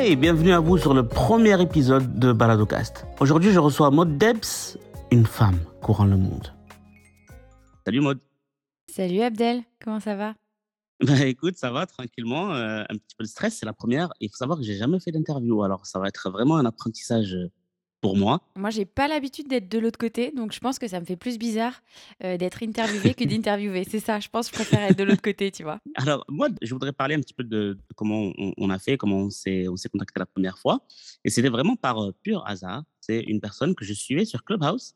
Hey, bienvenue à vous sur le premier épisode de Baladocast. Aujourd'hui, je reçois Maud Debs, une femme courant le monde. Salut Maud. Salut Abdel, comment ça va? Bah écoute, ça va tranquillement, un petit peu de stress, c'est la première. Il faut savoir que j'ai jamais fait d'interview, alors ça va être vraiment un apprentissage pour moi. Moi, j'ai pas l'habitude d'être de l'autre côté, donc je pense que ça me fait plus bizarre d'être interviewée que d'interviewer. C'est ça, je pense que je préfère être de l'autre côté, tu vois. Alors moi, je voudrais parler un petit peu de comment on a fait, comment on s'est contacté la première fois. Et c'était vraiment par pur hasard. C'est une personne que je suivais sur Clubhouse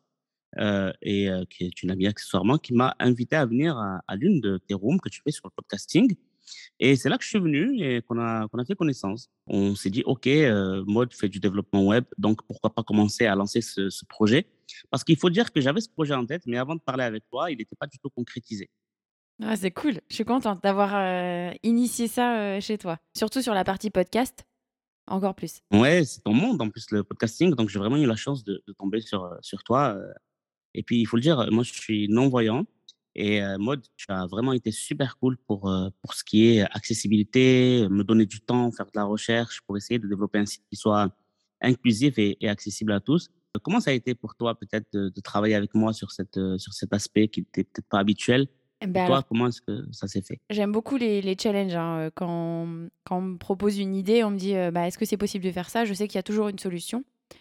qui est une amie accessoirement, qui m'a invité à venir à l'une de tes rooms que tu fais sur le podcasting. Et c'est là que je suis venu et qu'on a fait connaissance. On s'est dit, OK, Maud fait du développement web, donc pourquoi pas commencer à lancer ce projet. Parce qu'il faut dire que j'avais ce projet en tête, mais avant de parler avec toi, il n'était pas du tout concrétisé. Ah, c'est cool, je suis contente d'avoir initié ça chez toi. Surtout sur la partie podcast, encore plus. Ouais, c'est ton monde en plus, le podcasting, donc j'ai vraiment eu la chance de tomber sur toi. Et puis, il faut le dire, moi, je suis non-voyant et Maud, tu as vraiment été super cool pour ce qui est accessibilité, me donner du temps, faire de la recherche pour essayer de développer un site qui soit inclusif et accessible à tous. Comment ça a été pour toi peut-être de travailler avec moi sur cet aspect qui n'était peut-être pas habituel? Et Ben alors, toi, comment est-ce que ça s'est fait? j'aime beaucoup les challenges, hein. Quand on me propose une idée, on me dit bah, est-ce que c'est possible de faire ça? Je sais qu'il y a toujours une solution.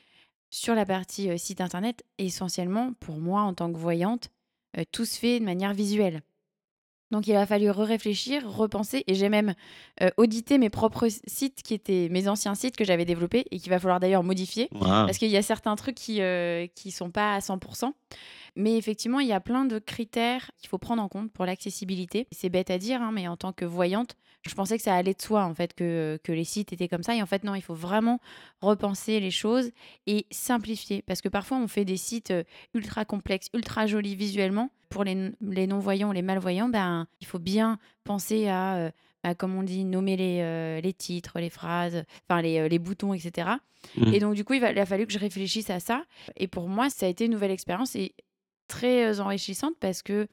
Sur la partie site internet, essentiellement, pour moi en tant que voyante, tout se fait de manière visuelle. Donc il a fallu réfléchir, repenser et j'ai même, audité mes propres sites qui étaient mes anciens sites que j'avais développés et qu'il va falloir d'ailleurs modifier Waouh! parce qu'il y a certains trucs qui sont pas à 100. Mais effectivement, il y a plein de critères qu'il faut prendre en compte pour l'accessibilité. C'est bête à dire, hein, mais en tant que voyante, je pensais que ça allait de soi, en fait, que les sites étaient comme ça. Et en fait, non, il faut vraiment repenser les choses et simplifier. Parce que parfois, on fait des sites ultra complexes, ultra jolis visuellement. Pour les non-voyants, les malvoyants, ben, il faut bien penser à, comme on dit, nommer les titres, les phrases, enfin les boutons, etc. Et Mmh. donc, du coup, il a fallu que je réfléchisse à ça. Et pour moi, ça a été une nouvelle expérience. Et très, enrichissante parce que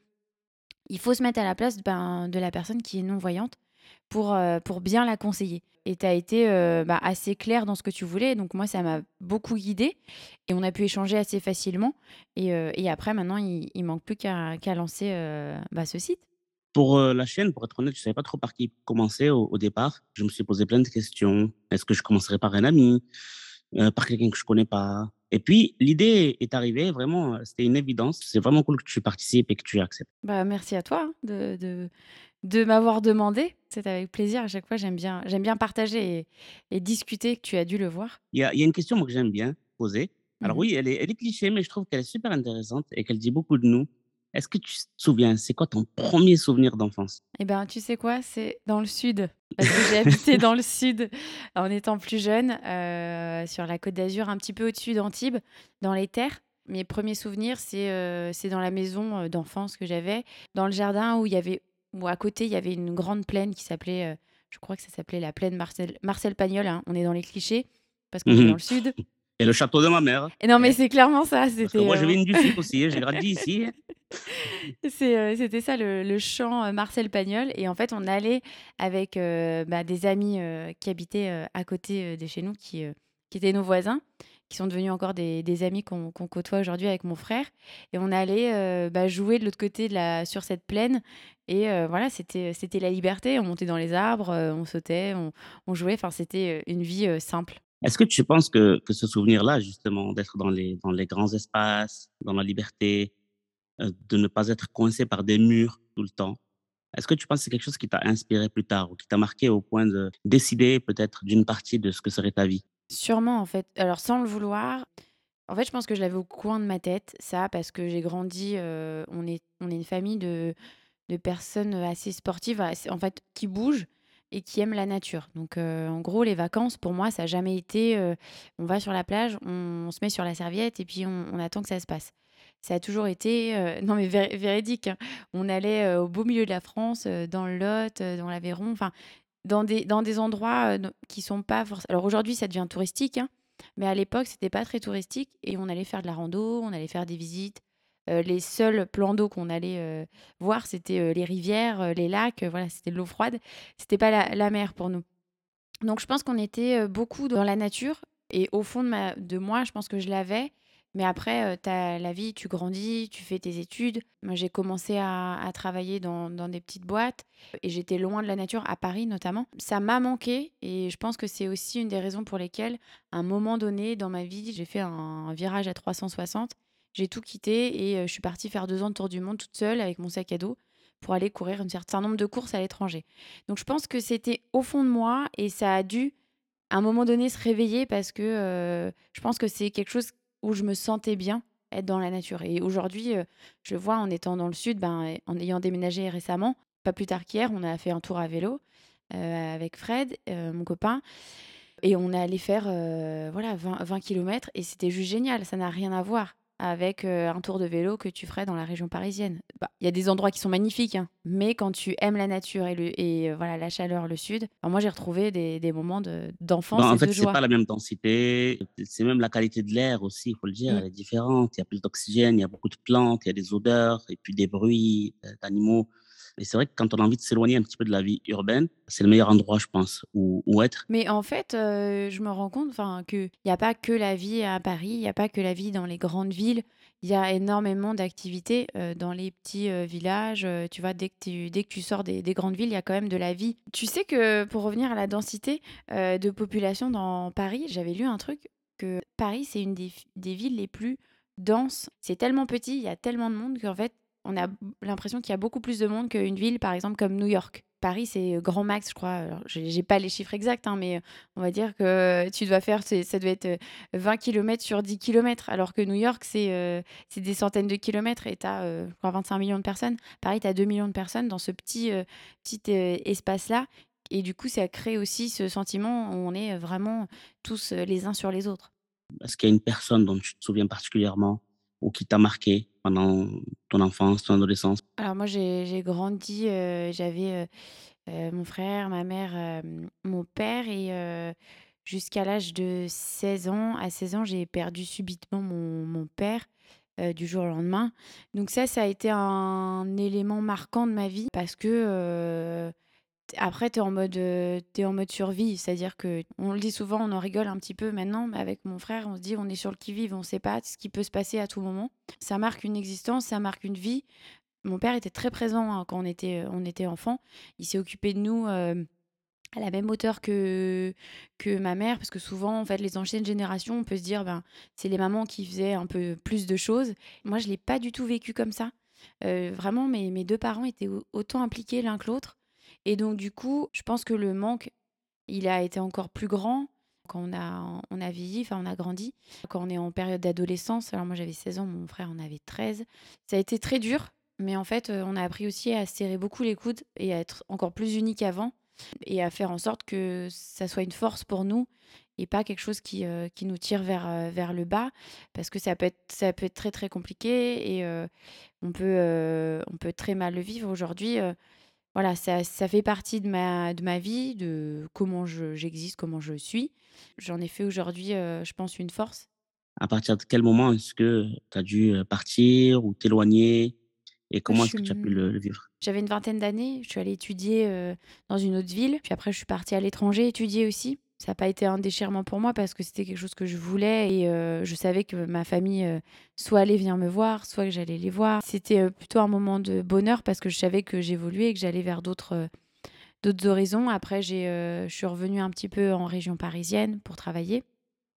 il faut se mettre à la place, ben, de la personne qui est non-voyante pour bien la conseiller et tu as été, bah, assez claire dans ce que tu voulais donc moi ça m'a beaucoup guidée et on a pu échanger assez facilement et après maintenant il manque plus qu'à lancer, bah, ce site. Pour, la chaîne, pour être honnête, je savais pas trop par qui commencer au départ. Je me suis posé plein de questions. Est-ce que je commencerais par un ami? Par quelqu'un que je connais pas? Et puis l'idée est arrivée vraiment, c'était une évidence. C'est vraiment cool que tu participes et que tu acceptes. Bah, merci à toi, hein, de m'avoir demandé. C'est avec plaisir à chaque fois j'aime bien partager et discuter, que tu as dû le voir. Il y a une question moi que j'aime bien poser. Alors Mmh. oui, elle est cliché, mais je trouve qu'elle est super intéressante et qu'elle dit beaucoup de nous. Est-ce que tu te souviens, c'est quoi ton premier souvenir d'enfance? Eh ben, tu sais quoi? C'est dans le sud, parce que j'ai habité dans le sud en étant plus jeune, sur la Côte d'Azur, un petit peu au-dessus d'Antibes, dans les terres. Mes premiers souvenirs, c'est dans la maison, d'enfance que j'avais, dans le jardin où à côté, il y avait une grande plaine qui s'appelait, je crois que ça s'appelait la plaine Marcel Pagnol, hein. On est dans les clichés, parce qu'on est dans Mmh. le sud. Et le château de ma mère, Et non, mais eh, c'est clairement ça, parce que c'était, moi je viens du sud aussi, hein, j'ai grandi ici. C'était ça le chant, Marcel Pagnol et en fait, on allait avec, bah, des amis, qui habitaient, à côté, de chez nous qui étaient nos voisins, qui sont devenus encore des amis qu'on côtoie aujourd'hui avec mon frère et on allait, bah, jouer de l'autre côté sur cette plaine et voilà, c'était la liberté. On montait dans les arbres, on sautait, on jouait, enfin, c'était, une vie, simple. Est-ce que tu penses que ce souvenir-là, justement, d'être dans les grands espaces, dans la liberté, de ne pas être coincé par des murs tout le temps, est-ce que tu penses que c'est quelque chose qui t'a inspiré plus tard ou qui t'a marqué au point de décider peut-être d'une partie de ce que serait ta vie? Sûrement, en fait. Alors sans le vouloir. En fait, je pense que je l'avais au coin de ma tête, ça, parce que j'ai grandi, on est une famille de personnes, assez sportives, assez en fait, qui bougent et qui aiment la nature. Donc, en gros, les vacances, pour moi, ça a jamais été, on va sur la plage, on se met sur la serviette et puis on attend que ça se passe. Ça a toujours été, non mais véridique, hein. On allait, au beau milieu de la France, dans le Lot, dans l'Aveyron, enfin, dans des endroits, qui sont pas forcément. Alors aujourd'hui, ça devient touristique, hein, mais à l'époque, c'était pas très touristique et on allait faire de la rando, on allait faire des visites. Les seuls plans d'eau qu'on allait, voir, c'était, les rivières, les lacs, voilà, c'était de l'eau froide. C'était pas la mer pour nous Donc je pense qu'on était, beaucoup dans la nature et au fond de moi, je pense que je l'avais. Mais après, tu la vie, tu grandis, tu fais tes études. Moi, j'ai commencé à travailler dans des petites boîtes et j'étais loin de la nature, à Paris notamment. Ça m'a manqué et je pense que c'est aussi une des raisons pour lesquelles, à un moment donné dans ma vie, j'ai fait un virage à 360. J'ai tout quitté et je suis partie faire 2 ans de tour du monde toute seule avec mon sac à dos pour aller courir un certain nombre de courses à l'étranger. Donc je pense que c'était au fond de moi et ça a dû, à un moment donné, se réveiller parce que, je pense que c'est quelque chose où je me sentais bien, être dans la nature et aujourd'hui, je le vois en étant dans le sud, ben, en ayant déménagé récemment, pas plus tard qu'hier, on a fait un tour à vélo, avec Fred, mon copain et on est allé faire, voilà 20 kilomètres et c'était juste génial. Ça n'a rien à voir avec, un tour de vélo que tu ferais dans la région parisienne. Bah, il y a des endroits qui sont magnifiques, hein, mais quand tu aimes la nature voilà la chaleur, le sud, bah, moi j'ai retrouvé des moments Ben, d'enfance en et fait, de c'est joie. pas la même densité, c'est même la qualité de l'air aussi, il faut le dire, Mmh. elle est différente. Il y a plus d'oxygène, il y a beaucoup de plantes, il y a des odeurs et puis des bruits, d'animaux. Et c'est vrai que quand on a envie de s'éloigner un petit peu de la vie urbaine, c'est le meilleur endroit, je pense, où être. Mais en fait, je me rends compte, enfin, qu'il y a pas que la vie à Paris, il y a pas que la vie dans les grandes villes. Il y a énormément d'activités, dans les petits, villages, tu vois? Dès que tu sors des grandes villes, il y a quand même de la vie. Tu sais que pour revenir à la densité, de population dans Paris, j'avais lu un truc que Paris, c'est une des villes les plus denses. C'est tellement petit, il y a tellement de monde qu'en fait, on a l'impression qu'il y a beaucoup plus de monde qu'une ville, par exemple, comme New York. Paris, c'est grand max, je crois. Alors, j'ai pas les chiffres exacts, hein, mais on va dire que tu dois faire, ça doit être 20 kilomètres sur 10 kilomètres, alors que New York, c'est des centaines de kilomètres et tu as 25 millions de personnes. Paris, tu as 2 millions de personnes dans ce petit espace-là. Et du coup, ça crée aussi ce sentiment où on est vraiment tous les uns sur les autres. Est-ce qu'il y a une personne dont tu te souviens particulièrement ou qui t'a marqué pendant ton enfance, ton adolescence? Alors moi, j'ai grandi, j'avais mon frère, ma mère, mon père et jusqu'à l'âge de 16 ans. À 16 ans, j'ai perdu subitement mon père, du jour au lendemain. Donc ça a été un élément marquant de ma vie parce que, t après tu en mode survie. C'est-à-dire que on le dit souvent, on en rigole un petit peu maintenant, mais avec mon frère, on se dit: «On est sur le qui-vive, on ne sait pas ce qui peut se passer à tout moment». Ça marque une existence, ça marque une vie. Mon père était très présent, hein, quand on était enfant. Il s'est occupé de nous, à la même hauteur que ma mère, parce que souvent, en fait, les anciennes générations, on peut se dire, ben, c'est les mamans qui faisaient un peu plus de choses. Moi, je l'ai pas du tout vécu comme ça. Vraiment, mes 2 parents étaient autant impliqués l'un que l'autre et donc du coup, je pense que le manque, il a été encore plus grand quand on a vieilli, enfin, on a grandi. Quand on est en période d'adolescence, alors moi, j'avais 16 ans, mon frère en avait 13. Ça a été très dur, mais en fait, on a appris aussi à serrer beaucoup les coudes et à être encore plus unis qu'avant et à faire en sorte que ça soit une force pour nous et pas quelque chose qui nous tire vers le bas parce que ça peut être très, très compliqué et on peut très mal le vivre aujourd'hui, voilà, ça fait partie de ma vie, de comment j'existe, comment je suis. J'en ai fait aujourd'hui, je pense une force. À partir de quel moment est-ce que tu as dû, partir ou t'éloigner et Je comment est-ce suis, que tu as pu le vivre? j'avais une vingtaine d'années, je suis allée étudier, dans une autre ville, puis après je suis partie à l'étranger étudier aussi. Ça n'a pas été un déchirement pour moi parce que c'était quelque chose que je voulais et je savais que ma famille, soit allait venir me voir, soit que j'allais les voir. C'était, plutôt un moment de bonheur parce que je savais que j'évoluais et que j'allais vers d'autres horizons. Après je suis revenue un petit peu en région parisienne pour travailler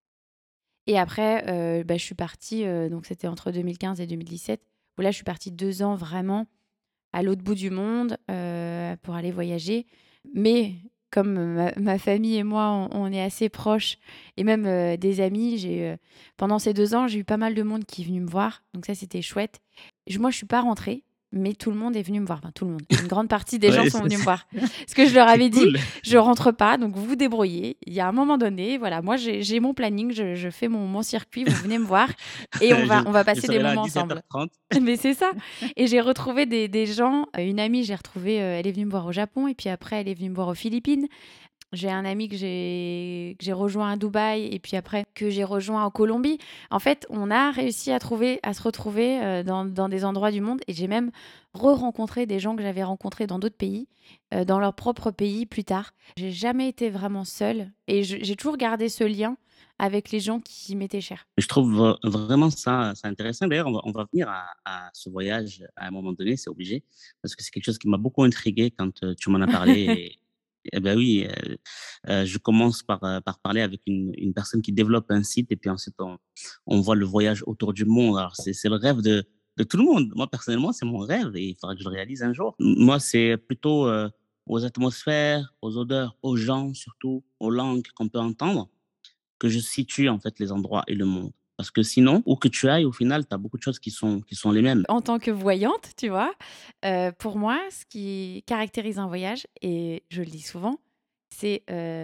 et après, bah, je suis partie, donc c'était entre 2015 et 2017 où là je suis partie 2 ans vraiment à l'autre bout du monde, pour aller voyager. Mais comme ma famille et moi, on est assez proches et même, des amis, pendant ces 2 ans, j'ai eu pas mal de monde qui est venu me voir, donc ça, c'était chouette. Moi, je suis pas rentrée, mais tout le monde est venu me voir. Enfin, tout le monde, une grande partie des gens Ouais, sont venus me voir. Parce que je leur c'est avais dit: cool. «Je rentre pas, donc vous vous débrouillez. Il y a un moment donné, voilà, moi, j'ai mon planning, je fais mon circuit, vous venez me voir et on va Je on va je passer des serai là à moments ensemble». 17h30. Mais c'est ça et j'ai retrouvé des gens, une amie, j'ai retrouvée, elle est venue me voir au Japon et puis après elle est venue me voir aux Philippines. J'ai un ami que j'ai rejoint à Dubaï et puis après que j'ai rejoint en Colombie. En fait, on a réussi à se retrouver, dans des endroits du monde et j'ai même re-rencontré des gens que j'avais rencontrés dans d'autres pays, dans leur propre pays plus tard. J'ai jamais été vraiment seule et j'ai toujours gardé ce lien avec les gens qui m'étaient chers. Je trouve vraiment ça intéressant. D'ailleurs, on va venir à ce voyage à un moment donné, c'est obligé, parce que c'est quelque chose qui m'a beaucoup intrigué quand tu m'en as parlé. Et ben oui, je commence par parler avec une personne qui développe un site et puis ensuite on voit le voyage autour du monde. Alors, c'est le rêve de tout le monde. Moi, personnellement, c'est mon rêve et il faudra que je le réalise un jour. Moi, c'est plutôt aux atmosphères, aux odeurs, aux gens surtout, aux langues qu'on peut entendre que je situe en fait les endroits et le monde. Parce que sinon, où que tu ailles, au final, tu as beaucoup de choses qui sont les mêmes. En tant que voyante, tu vois, pour moi, ce qui caractérise un voyage et je le dis souvent, c'est,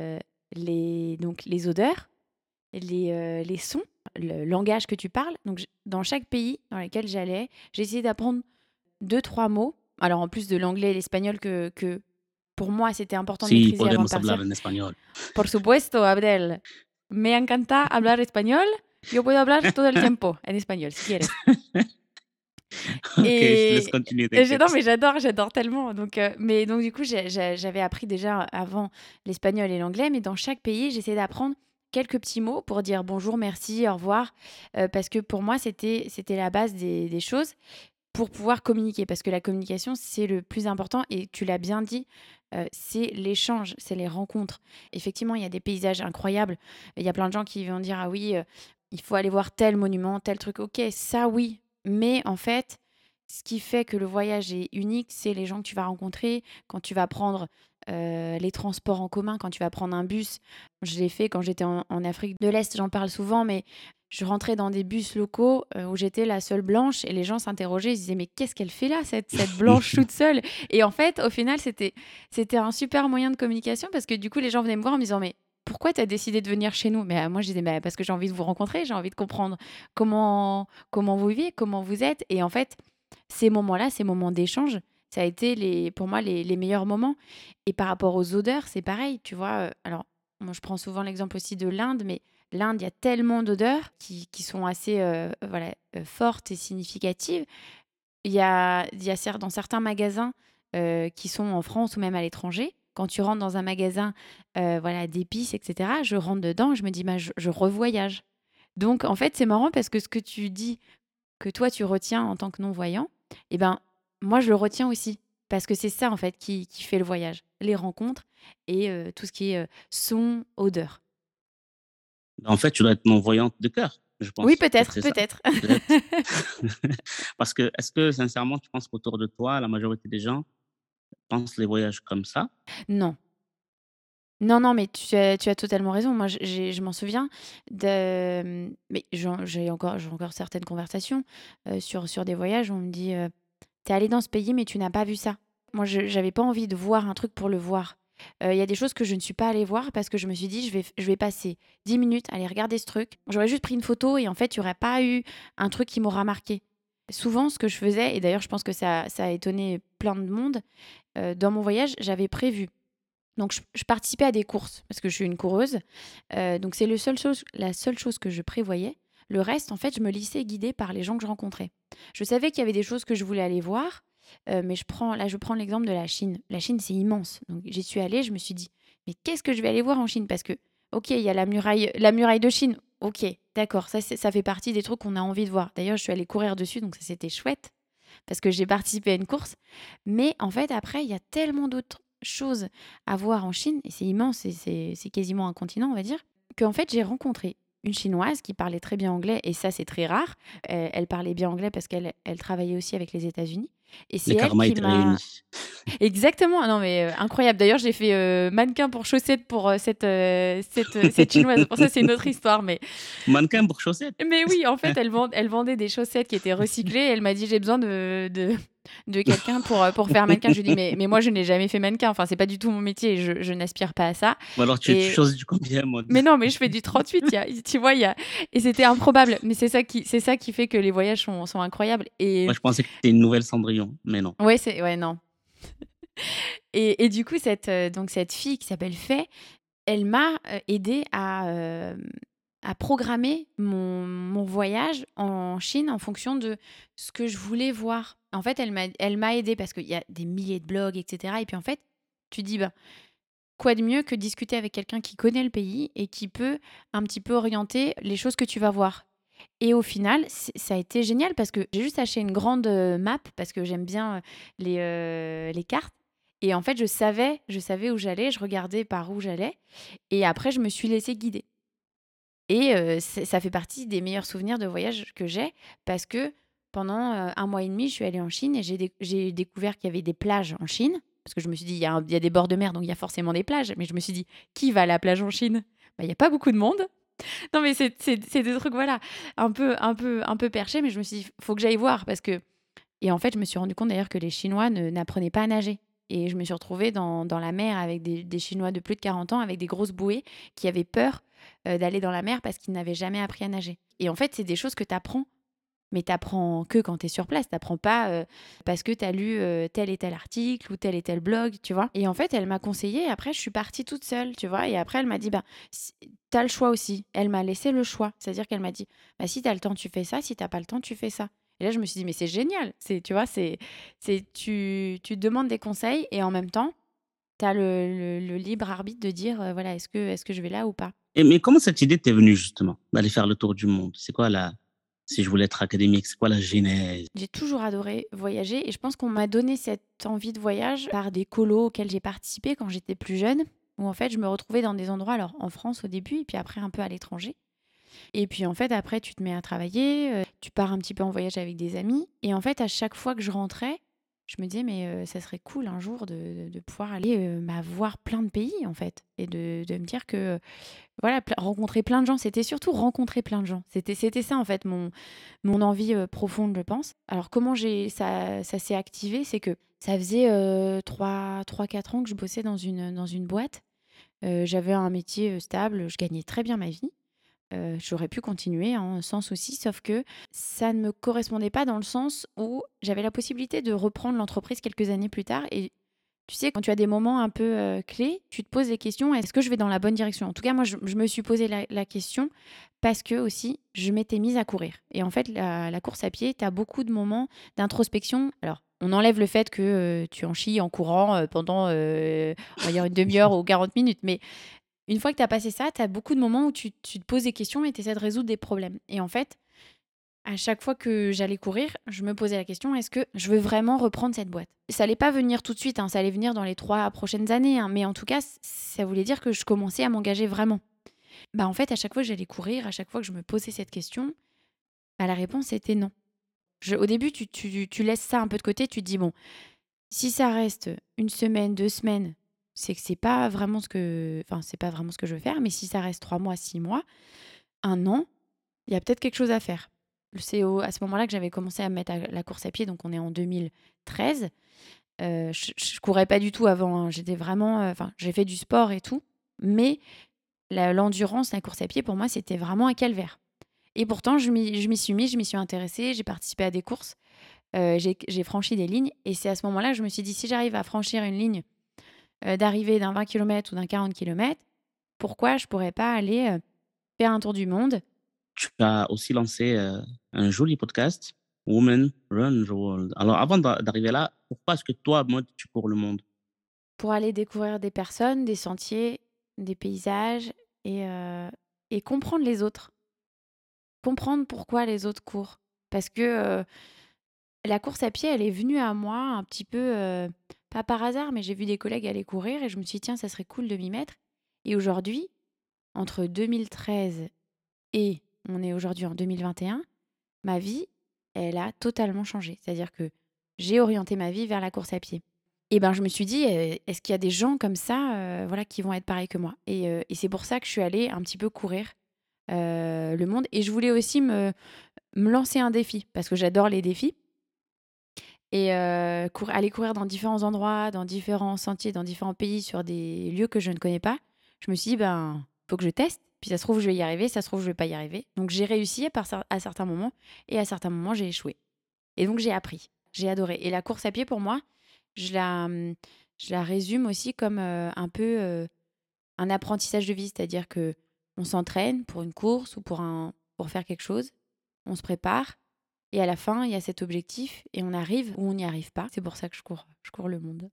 les odeurs, les sons, le langage que tu parles. Donc j dans chaque pays dans lequel j'allais, j'essayais d'apprendre deux trois mots. Alors en plus de l'anglais et l'espagnol que pour moi, c'était important de Si maîtriser avant de podemos hablar partir. en español. Por supuesto, Abdel, me encanta hablar español. Yo puedo hablar todo el tiempo en español, si quieres. Ok, je te laisse Et continuer, non, t'inquiète. mais j'adore tellement. Donc du coup, j'avais appris déjà avant l'espagnol et l'anglais, mais dans chaque pays, j'essayais d'apprendre quelques petits mots pour dire bonjour, merci, au revoir, parce que pour moi, c'était la base des choses pour pouvoir communiquer. Parce que la communication, c'est le plus important et tu l'as bien dit, c'est l'échange, c'est les rencontres. Effectivement, il y a des paysages incroyables. Il y a plein de gens qui vont dire: «Ah oui, il faut aller voir tel monument, tel truc». OK, ça oui, mais en fait, ce qui fait que le voyage est unique, c'est les gens que tu vas rencontrer, quand tu vas prendre, les transports en commun, quand tu vas prendre un bus. Je l'ai fait quand j'étais en Afrique de l'Est, j'en parle souvent, mais je rentrais dans des bus locaux, où j'étais la seule blanche et les gens s'interrogeaient, ils se disaient: «Mais qu'est-ce qu'elle fait là, cette blanche toute seule?» Et en fait, au final, c'était un super moyen de communication parce que du coup, les gens venaient me voir en me disant: «Mais pourquoi tu as décidé de venir chez nous?» Mais moi, je disais: «Bah, parce que j'ai envie de vous rencontrer, j'ai envie de comprendre comment vous vivez, comment vous êtes». Et en fait, ces moments-là, ces moments d'échange, ça a été pour moi les meilleurs moments. Et par rapport aux odeurs, c'est pareil, tu vois? Alors, moi, je prends souvent l'exemple aussi de l'Inde, mais l'Inde, il y a tellement d'odeurs qui sont assez, voilà, fortes et significatives. Il y a dans certains magasins, qui sont en France ou même à l'étranger, quand tu rentres dans un magasin, voilà, d'épices et cetera, je rentre dedans, je me dis: «Bah, je revoyage». Donc en fait, c'est marrant parce que ce que tu dis que toi tu retiens en tant que non-voyant, et ben, moi je le retiens aussi. Parce que c'est ça en fait qui fait le voyage, les rencontres et tout ce qui est, son, odeur. En fait, tu dois être non-voyante de cœur, je Oui, pense. Peut-être peut-être, c'est ça, peut-être. peut-être. Parce que est-ce que sincèrement, tu penses qu'autour de toi, la majorité des gens pensent les voyages comme ça? Non. Non, non, mais tu as totalement raison. Moi, je m'en souviens mais j'ai encore certaines conversations, sur des voyages où on me dit, «Tu es allé dans ce pays, mais tu n'as pas vu ça». Moi, je j'avais pas envie de voir un truc pour le voir. Il y a des choses que je ne suis pas allée voir parce que je me suis dit: «Je vais passer 10 minutes à aller regarder ce truc». J'aurais juste pris une photo et en fait, il y aurait pas eu un truc qui m'aura marqué. Souvent, ce que je faisais et d'ailleurs je pense que ça a étonné plein de monde, dans mon voyage, j'avais prévu donc je participais à des courses parce que je suis une coureuse, donc c'est le seul chose la seule chose que je prévoyais. Le reste, en fait, je me laissais guider par les gens que je rencontrais. Je savais qu'il y avait des choses que je voulais aller voir, mais je prends l'exemple de la Chine. La Chine, c'est immense, donc j'y suis allée, je me suis dit: «Mais qu'est-ce que je vais aller voir en Chine?» Parce que, OK, il y a la muraille de Chine. OK, d'accord, ça fait partie des trucs qu'on a envie de voir. D'ailleurs, je suis allée courir dessus, donc ça, c'était chouette parce que j'ai participé à une course. Mais en fait, après, il y a tellement d'autres choses à voir en Chine, et c'est immense, et c'est quasiment un continent, on va dire, qu'en fait, j'ai rencontré une Chinoise qui parlait très bien anglais, et ça, c'est très rare. Elle parlait bien anglais parce qu'elle travaillait aussi avec les États-Unis. Et Le c'est elle karma qui était m'a... réuni. Exactement, non mais incroyable. D'ailleurs, j'ai fait mannequin pour chaussettes pour cette Chinoise. Pour ça, c'est une autre histoire. Mais Mannequin pour chaussettes. oui, en fait, elle vendait des chaussettes qui étaient recyclées. Elle m'a dit: «J'ai besoin de quelqu'un pour faire mannequin». Je lui ai dit: «Mais moi, je n'ai jamais fait mannequin. Enfin, c'est pas du tout mon métier et je n'aspire pas à ça». Ou alors tu Et choisis du combien, mode? mais non, mais je fais du 38. Tu vois, et c'était improbable. Mais c'est ça qui fait que les voyages sont incroyables. Et Moi, je pensais que tu étais une nouvelle Cendrillon, mais non. ouais, ouais, non. Et du coup, donc cette fille qui s'appelle Faye, elle m'a, aidée à programmer mon voyage en Chine en fonction de ce que je voulais voir. En fait, elle m'a aidée parce qu'il y a des milliers de blogs et cetera et puis, en fait, tu te dis: «Ben, quoi de mieux que discuter avec quelqu'un qui connaît le pays et qui peut un petit peu orienter les choses que tu vas voir?» Et au final, ça a été génial parce que j'ai juste acheté une grande, map parce que j'aime bien, les cartes et en fait, je savais où j'allais, je regardais par où j'allais et après je me suis laissée guider et ça fait partie des meilleurs souvenirs de voyage que j'ai parce que pendant, 1 mois et demi, je suis allée en Chine et j'ai découvert qu'il y avait des plages en Chine parce que je me suis dit: Il y a des bords de mer, donc il y a forcément des plages». Mais je me suis dit: «Qui va à la plage en Chine?» Bah, il y a pas beaucoup de monde. Non, mais c'est des trucs, voilà, un peu perchés, mais je me suis dit: «Faut que j'aille voir» parce que et en fait, je me suis rendu compte d'ailleurs que les Chinois n'apprenaient pas à nager et je me suis retrouvée dans la mer avec des Chinois de plus de 40 ans avec des grosses bouées qui avaient peur, d'aller dans la mer parce qu'ils n'avaient jamais appris à nager et en fait, c'est des choses que tu apprends, mais tu apprends que quand tu es sur place. Tu apprends pas, parce que tu as lu, tel et tel article ou tel et tel blog, tu vois? Et en fait, elle m'a conseillé et après je suis partie toute seule, tu vois? Et après elle m'a dit: «Bah, si tu le choix aussi». Elle m'a laissé le choix. C'est-à-dire qu'elle m'a dit: «Bah, si tu as le temps, tu fais ça, si tu pas le temps, tu fais ça». Et là, je me suis dit: «Mais c'est génial!» Tu vois? Tu demandes des conseils et en même temps, tu as le libre arbitre de dire, voilà: «Est-ce que je vais là ou pas?» Et mais comment cette idée t'est venue justement, d'aller faire le tour du monde? C'est quoi la si je voulais être académique, c'est quoi la genèse? J'ai toujours adoré voyager et je pense qu'on m'a donné cette envie de voyage par des colos auxquels j'ai participé quand j'étais plus jeune, où en fait je me retrouvais dans des endroits, alors en France au début et puis après un peu à l'étranger. Et puis en fait après tu te mets à travailler, tu pars un petit peu en voyage avec des amis et en fait à chaque fois que je rentrais, je me disais: «Mais ça serait cool un jour de pouvoir aller, bah, voir plein de pays en fait» et de me dire que, voilà, rencontrer plein de gens. C'était surtout rencontrer plein de gens. C'était ça en fait mon envie, profonde, je pense. Alors comment j'ai ça s'est activé, c'est que ça faisait, 3-4 ans que je bossais dans une boîte. J'avais un métier, stable, je gagnais très bien ma vie. J'aurais pu continuer, hein, sans souci, sauf que ça ne me correspondait pas dans le sens où j'avais la possibilité de reprendre l'entreprise quelques années plus tard et tu sais, quand tu as des moments un peu, clés, tu te poses des questions: «Est-ce que je vais dans la bonne direction?» En tout cas, moi, je me suis posé la question parce que aussi je m'étais mise à courir et en fait, la course à pied, tu as beaucoup de moments d'introspection. Alors, on enlève le fait que, tu en chies en courant, pendant, on va dire une demi heure ou 40 minutes, mais une fois que tu as passé ça, tu as beaucoup de moments où tu te poses des questions et tu essaies de résoudre des problèmes et en fait, à chaque fois que j'allais courir, je me posais la question: «Est-ce que je veux vraiment reprendre cette boîte?» Ça allait pas venir tout de suite, hein, ça allait venir dans les 3 prochaines années, hein, mais en tout cas, ça voulait dire que je commençais à m'engager vraiment. Bah, en fait, à chaque fois que j'allais courir, à chaque fois que je me posais cette question, bah, la réponse était non. Au début, tu laisses ça un peu de côté, tu te dis: «Bon, si ça reste une semaine, 2 semaines, c'est que c'est pas vraiment ce que je veux faire, mais si ça reste 3 mois, 6 mois, 1 an, il y a peut-être quelque chose à faire». À ce moment-là que j'avais commencé à me mettre à la course à pied, donc on est en 2013. Je courais pas du tout avant, hein. J'étais vraiment, enfin, j'ai fait du sport et tout, mais l'endurance, la course à pied, pour moi, c'était vraiment un calvaire et pourtant je m'y suis mise, je m'y suis intéressée, j'ai participé à des courses, j'ai franchi des lignes et c'est à ce moment-là que je me suis dit: «Si j'arrive à franchir une ligne, d'arrivée d'un 20 kilomètres ou d'un 40 kilomètres, pourquoi je pourrais pas aller, faire un tour du monde?» Tu as aussi lancé, un joli podcast, Women Run the World. Alors avant d'arriver là, pourquoi est-ce que toi, moi, tu cours le monde? Pour aller découvrir des personnes, des sentiers, des paysages et comprendre les autres. Comprendre pourquoi les autres courent. Parce que, la course à pied, elle est venue à moi un petit peu, pas par hasard, mais j'ai vu des collègues aller courir et je me suis dit: «Tiens, ça serait cool de m'y mettre» et aujourd'hui, entre 2013 et on est aujourd'hui en 2021, ma vie, elle a totalement changé. C'est-à-dire que j'ai orienté ma vie vers la course à pied. Et ben, je me suis dit: «Est-ce qu'il y a des gens comme ça, voilà, qui vont être pareils que moi?» Et c'est pour ça que je suis allée un petit peu courir, le monde et je voulais aussi me lancer un défi parce que j'adore les défis et aller courir dans différents endroits, dans différents sentiers, dans différents pays, sur des lieux que je ne connais pas. Je me suis dit: «Ben, faut que je teste, puis ça se trouve je vais y arriver, ça se trouve je vais pas y arriver». Donc j'ai réussi à certains moments et à certains moments j'ai échoué et donc j'ai appris. J'ai adoré et la course à pied pour moi, je la, je la résume aussi comme, un peu, un apprentissage de vie. C'est-à-dire que on s'entraîne pour une course ou pour faire quelque chose, on se prépare et à la fin, il y a cet objectif et on arrive ou on n'y arrive pas. C'est pour ça que je cours le monde.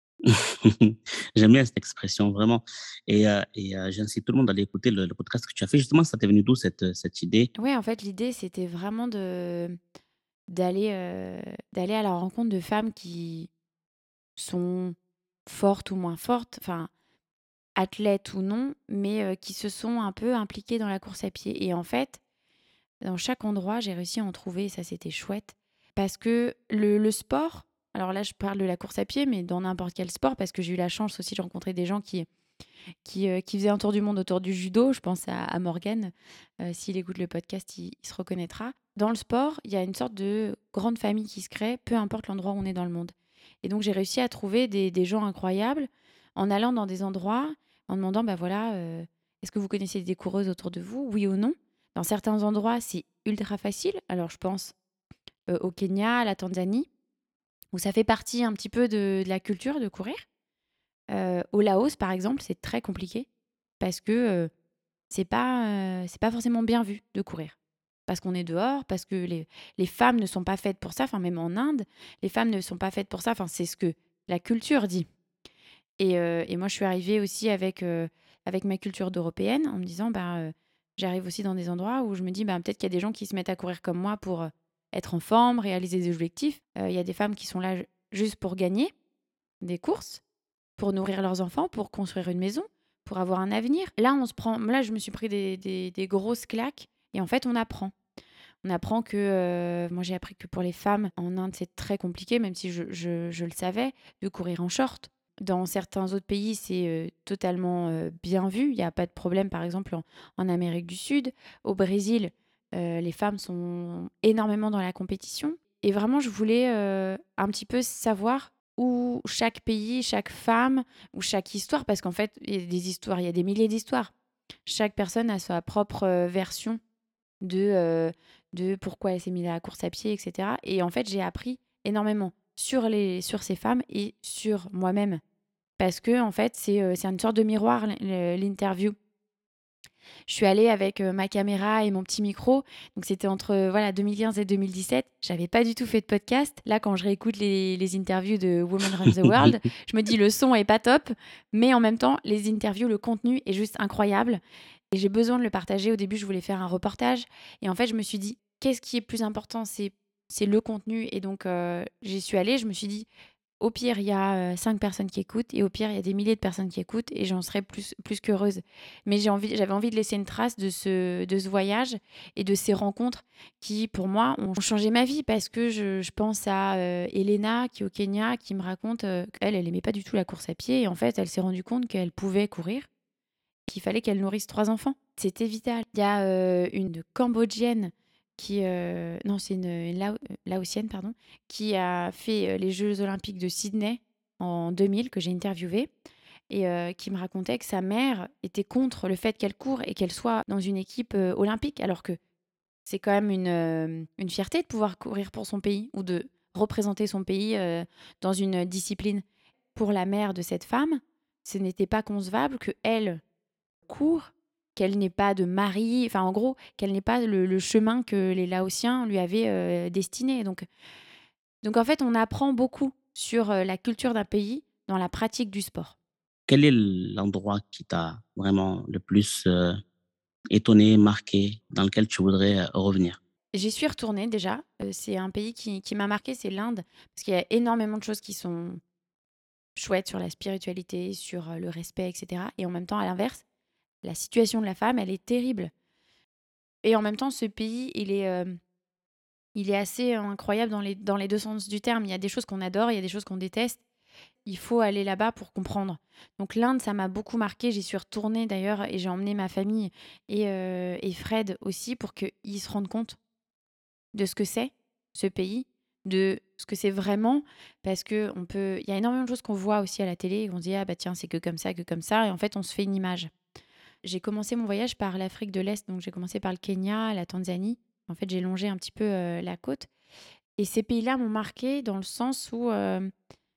J'aime bien cette expression, vraiment. J'incite tout le monde à aller écouter le podcast que tu as fait. Justement, ça t'est venu d'où cette idée? Ouais, en fait, l'idée, c'était vraiment d'aller, d'aller à la rencontre de femmes qui sont fortes ou moins fortes, enfin, athlètes ou non, mais qui se sont un peu impliquées dans la course à pied et en fait, dans chaque endroit, j'ai réussi à en trouver et ça, c'était chouette. Parce que le sport, alors là, je parle de la course à pied, mais dans n'importe quel sport, parce que j'ai eu la chance aussi de rencontrer des gens qui faisaient un tour du monde autour du judo. Je pense à Morgan. S'il écoute le podcast, il se reconnaîtra. Dans le sport, il y a une sorte de grande famille qui se crée, peu importe l'endroit où on est dans le monde. Et donc, j'ai réussi à trouver des gens incroyables en allant dans des endroits, en demandant, bah voilà, est-ce que vous connaissez des coureuses autour de vous, oui ou non? Dans certains endroits, c'est ultra facile. Alors, je pense au Kenya, à la Tanzanie, où ça fait partie un petit peu de la culture de courir. Au Laos, par exemple, c'est très compliqué parce que c'est pas forcément bien vu de courir. Parce qu'on est dehors, parce que les femmes ne sont pas faites pour ça. Enfin, même en Inde, les femmes ne sont pas faites pour ça. Enfin, c'est ce que la culture dit. Et moi, je suis arrivée aussi avec ma culture d'européenne en me disant, bah, j'arrive aussi dans des endroits où je me dis, bah, peut-être qu'il y a des gens qui se mettent à courir comme moi pour être en forme, réaliser des objectifs. Il y a des femmes qui sont là juste pour gagner des courses, pour nourrir leurs enfants, pour construire une maison, pour avoir un avenir. Là, je me suis pris des grosses claques et en fait, on apprend. On apprend que, moi j'ai appris que pour les femmes en Inde, c'est très compliqué, même si je le savais, de courir en short. Dans certains autres pays, c'est totalement bien vu. Il n'y a pas de problème, par exemple, en Amérique du Sud. Au Brésil, les femmes sont énormément dans la compétition. Et vraiment, je voulais un petit peu savoir où chaque pays, chaque femme, ou chaque histoire, parce qu'en fait, il y a des histoires, il y a des milliers d'histoires. Chaque personne a sa propre version de, de pourquoi elle s'est mise à la course à pied, etc. Et en fait, j'ai appris énormément sur ces femmes et sur moi-même. Parce que, en fait, c'est une sorte de miroir, l'interview. Je suis allée avec ma caméra et mon petit micro. Donc, c'était entre voilà, 2015 et 2017. J'avais pas du tout fait de podcast. Là, quand je réécoute les interviews de Women Run the World, je me dis le son est pas top. Mais en même temps, les interviews, le contenu est juste incroyable. Et j'ai besoin de le partager. Au début, je voulais faire un reportage. Et en fait, je me suis dit, qu'est-ce qui est plus important? C'est le contenu. Et donc, j'y suis allée. Je me suis dit, au pire, il y a 5 personnes qui écoutent. Et au pire, il y a des milliers de personnes qui écoutent. Et j'en serais plus qu'heureuse. Mais j'avais envie de laisser une trace de ce voyage et de ces rencontres qui, pour moi, ont changé ma vie. Parce que je pense à Elena, qui est au Kenya, qui me raconte qu'elle, elle aimait pas du tout la course à pied. Et en fait, elle s'est rendue compte qu'elle pouvait courir, qu'il fallait qu'elle nourrisse 3 enfants. C'était vital. Il y a, une Cambodgienne qui, non, c'est une Laotienne, pardon, qui a fait, les Jeux olympiques de Sydney en 2000, que j'ai interviewée et qui me racontait que sa mère était contre le fait qu'elle court et qu'elle soit dans une équipe, olympique. Alors que c'est quand même une fierté de pouvoir courir pour son pays ou de représenter son pays, dans une discipline. Pour la mère de cette femme, ce n'était pas concevable qu'elle court, qu'elle n'ait pas de mari, enfin en gros, qu'elle n'ait pas le chemin que les Laotiens lui avaient destiné. Donc en fait, on apprend beaucoup sur la culture d'un pays dans la pratique du sport. Quel est l'endroit qui t'a vraiment le plus, étonné, marqué, dans lequel tu voudrais, revenir? J'y suis retournée déjà. C'est un pays qui m'a marqué, c'est l'Inde, parce qu'il y a énormément de choses qui sont chouettes sur la spiritualité, sur le respect, etc. Et en même temps, à l'inverse, la situation de la femme, elle est terrible. Et en même temps, ce pays, il est assez incroyable dans les 2 sens du terme. Il y a des choses qu'on adore, il y a des choses qu'on déteste. Il faut aller là-bas pour comprendre. Donc l'Inde, ça m'a beaucoup marqué. J'y suis retournée d'ailleurs et j'ai emmené ma famille et Fred aussi pour qu'ils se rendent compte de ce que c'est, ce pays, de ce que c'est vraiment. Parce que il y a énormément de choses qu'on voit aussi à la télé et on se dit, ah bah tiens, c'est que comme ça, que comme ça. Et en fait, on se fait une image. J'ai commencé mon voyage par l'Afrique de l'Est, donc j'ai commencé par le Kenya, la Tanzanie. En fait, j'ai longé un petit peu la côte. Et ces pays-là m'ont marqué dans le sens où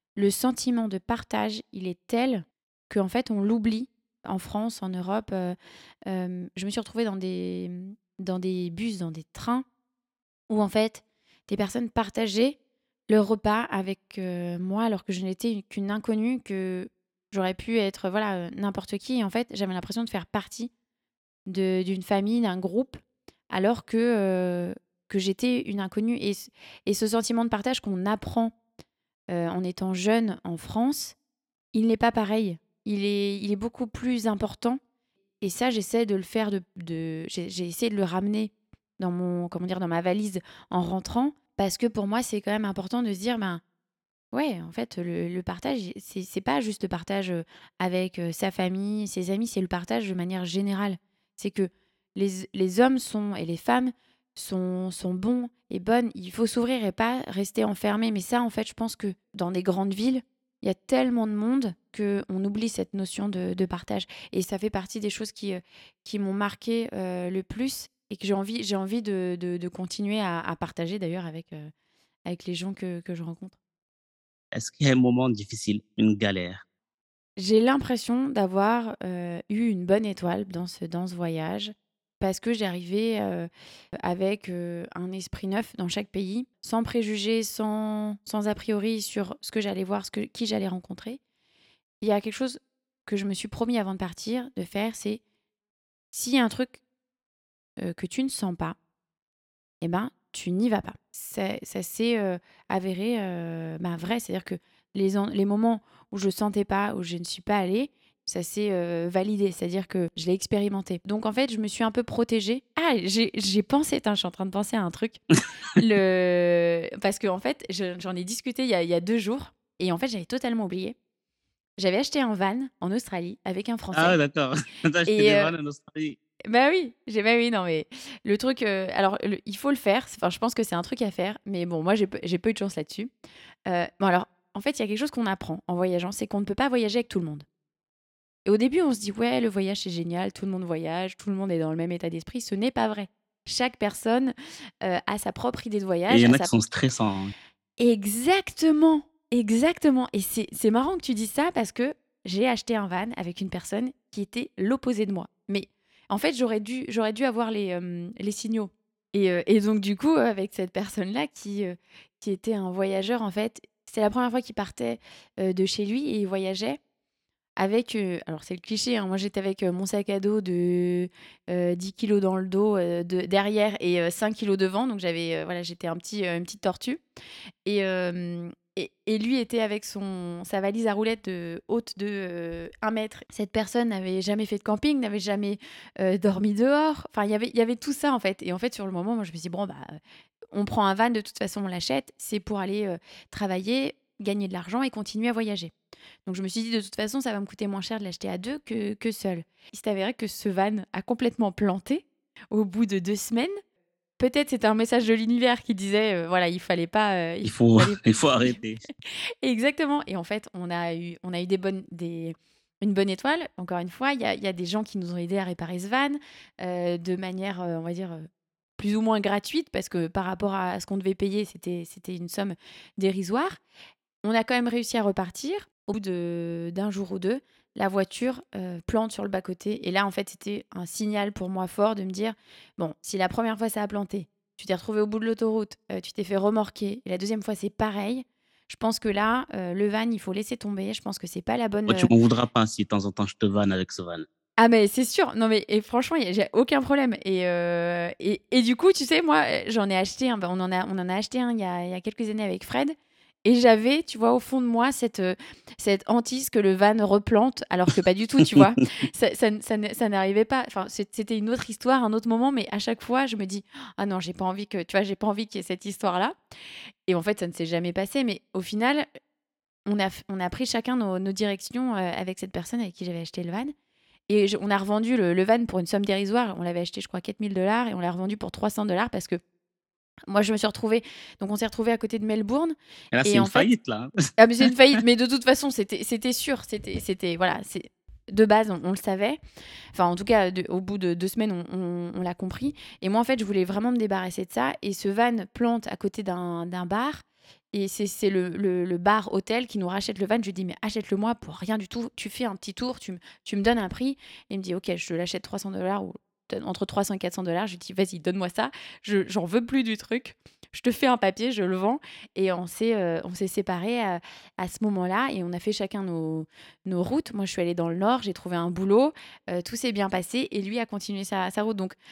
le sentiment de partage, il est tel qu'en fait, on l'oublie en France, en Europe. Je me suis retrouvée dans des bus, dans des trains où en fait, des personnes partageaient le repas avec moi alors que je n'étais qu'une inconnue, que j'aurais pu être voilà n'importe qui. Et en fait, j'avais l'impression de faire partie d'une famille, d'un groupe, alors que j'étais une inconnue. Et ce sentiment de partage qu'on apprend en étant jeune en France, il n'est pas pareil. Il est beaucoup plus important. Et ça, j'essaie de le faire, j'ai essayé de le ramener dans comment dire, dans ma valise en rentrant, parce que pour moi, c'est quand même important de se dire, ben ouais, en fait, le partage, c'est pas juste le partage avec sa famille, ses amis, c'est le partage de manière générale. C'est que les hommes sont, et les femmes sont bons et bonnes. Il faut s'ouvrir et pas rester enfermé. Mais ça, en fait, je pense que dans des grandes villes, il y a tellement de monde qu'on oublie cette notion de partage. Et ça fait partie des choses qui m'ont marqué le plus et que j'ai envie de continuer à partager d'ailleurs avec les gens que je rencontre. Est-ce qu'il y a un moment difficile, une galère? J'ai l'impression d'avoir, eu une bonne étoile dans ce voyage parce que j'arrivais, avec, un esprit neuf dans chaque pays, sans préjugés, sans a priori sur ce que j'allais voir, qui j'allais rencontrer. Il y a quelque chose que je me suis promis avant de partir de faire, c'est s'il y a un truc, que tu ne sens pas, eh ben, tu n'y vas pas. Ça s'est, avéré, ben, vrai. C'est-à-dire que les moments où je sentais pas, où je ne suis pas allée, ça s'est, validé. C'est-à-dire que je l'ai expérimenté. Donc en fait, je me suis un peu protégée. Ah, j'ai pensé, attends, je suis en train de penser à un truc. Parce qu'en fait, j'en ai discuté il y a 2 jours et en fait, j'avais totalement oublié. J'avais acheté un van en Australie avec un Ah Français ouais, d'accord. Tu as acheté et des vannes en Australie. bah, oui, non, mais le truc, alors il faut le faire, enfin, je pense que c'est un truc à faire, mais bon, moi, j'ai pas eu de chance là-dessus. Bon, alors, en fait, il y a quelque chose qu'on apprend en voyageant, c'est qu'on ne peut pas voyager avec tout le monde. Et au début, on se dit: «Ouais, le voyage, c'est génial, tout le monde voyage, tout le monde est dans le même état d'esprit». Ce n'est pas vrai. Chaque personne, a sa propre idée de Et il voyage, y en a a qui sa sont stressants, hein. exactement, exactement. Et c'est marrant que tu dises ça parce que j'ai acheté un van avec une personne qui était l'opposé de moi. Mais en fait, j'aurais dû avoir les signaux. Et donc du coup, avec cette personne-là qui était un voyageur en fait, c'était la première fois qu'il partait, de chez lui et il voyageait avec, alors c'est le cliché, hein, moi j'étais avec, mon sac à dos de, 10 kilogrammes dans le dos, derrière et 5 kilogrammes devant. Donc j'avais, voilà, j'étais une petite tortue. Et lui était avec sa valise à roulettes haute de 1 mètre. Cette personne n'avait jamais fait de camping, n'avait jamais dormi dehors. Enfin, il y avait tout ça en fait. Et en fait, sur le moment, moi, je me suis dit, bon, bah, on prend un van, de toute façon, on l'achète. C'est pour aller travailler, gagner de l'argent et continuer à voyager. Donc, je me suis dit, de toute façon, ça va me coûter moins cher de l'acheter à deux que seul. Il s'est avéré que ce van a complètement planté au bout de 2 semaines. Peut-être c'était un message de l'univers qui disait, voilà, il fallait pas, Il faut fallait il faut arrêter. exactement. Et en fait, on a eu une bonne étoile. Encore une fois, il y a des gens qui nous ont aidés à réparer ce van, de manière, on va dire, plus ou moins gratuite parce que par rapport à ce qu'on devait payer, c'était une somme dérisoire. On a quand même réussi à repartir. Au bout d'un jour ou 2, la voiture, plante sur le bas-côté et là, en fait, c'était un signal pour moi fort de me dire: «Bon, si la première fois ça a planté, tu t'es retrouvé au bout de l'autoroute, tu t'es fait remorquer et la deuxième fois c'est pareil, je pense que là, le van, il faut laisser tomber. Je pense que c'est pas la bonne, Moi, tu m'en voudras pas si de temps en temps je te vanne avec ce van. ah mais c'est sûr, non mais et franchement, j'ai aucun problème et du coup, tu sais, moi, j'en ai acheté un, bah, on en a acheté un il y a quelques années avec Fred et j'avais, tu vois, au fond de moi, cette hantise que le van replante alors que pas du tout, tu vois? Ça n'arrivait pas, enfin, c'était une autre histoire, un autre moment, mais à chaque fois, je me dis: «Ah non, j'ai pas envie que» tu vois? «J'ai pas envie qu'il y ait cette histoire-là» et en fait, ça ne s'est jamais passé, mais au final, on a pris chacun nos directions, avec cette personne avec qui j'avais acheté le van et on a revendu le van pour une somme dérisoire. On l'avait acheté, je crois, 4 000 $ et on l'a revendu pour 300 $ parce que moi, je me suis retrouvée. Donc, on s'est retrouvés à côté de Melbourne. Et là, c'est Et une en fait, faillite, là, hein. ah, mais c'est une faillite. Mais de toute façon, c'était sûr. Voilà. De base, on le savait. Enfin, en tout cas, au bout de 2 semaines, on l'a compris. Et moi, en fait, je voulais vraiment me débarrasser de ça. Et ce van plante à côté d'un bar. et c'est le bar hôtel qui nous rachète le van. Je lui dis: «Mais achète-le-moi pour rien du tout. Tu fais un petit tour, tu me donnes un prix». Et il me dit: «OK, je te l'achète 300 $ ou entre 300 et 400 $». Je lui dis: «Vas-y, donne-moi ça. J'en veux plus du truc. Je te fais un papier, je le vends». Et on s'est séparés à ce moment-là et on a fait chacun nos routes. Moi, je suis allée dans le nord, j'ai trouvé un boulot, tout s'est bien passé et lui a continué sa route. Donc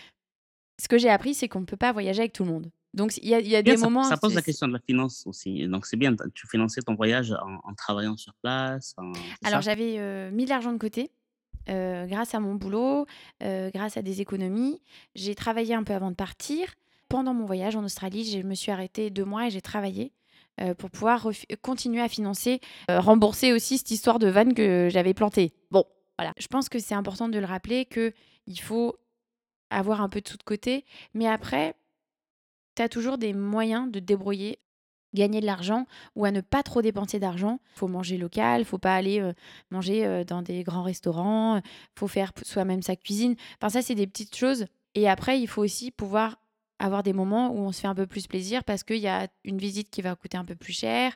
ce que j'ai appris, c'est qu'on ne peut pas voyager avec tout le monde. Donc il y a Bien, des moments, ça pose la question de la finance aussi, donc c'est bien, tu finançais ton voyage en travaillant sur place, c'est alors ça? j'avais, mis de l'argent de côté, grâce à mon boulot, grâce à des économies. J'ai travaillé un peu avant de partir. Pendant mon voyage en Australie, je me suis arrêtée 2 mois et j'ai travaillé, pour pouvoir continuer à financer, rembourser aussi cette histoire de van que j'avais plantée. Bon, voilà. Je pense que c'est important de le rappeler qu'il faut avoir un peu de sous de côté, mais après, tu as toujours des moyens de te débrouiller, gagner de l'argent ou à ne pas trop dépenser d'argent. Faut manger local, faut pas aller, manger, dans des grands restaurants, faut faire soi-même sa cuisine. Enfin ça, c'est des petites choses et après, il faut aussi pouvoir avoir des moments où on se fait un peu plus plaisir parce qu'il y a une visite qui va coûter un peu plus cher.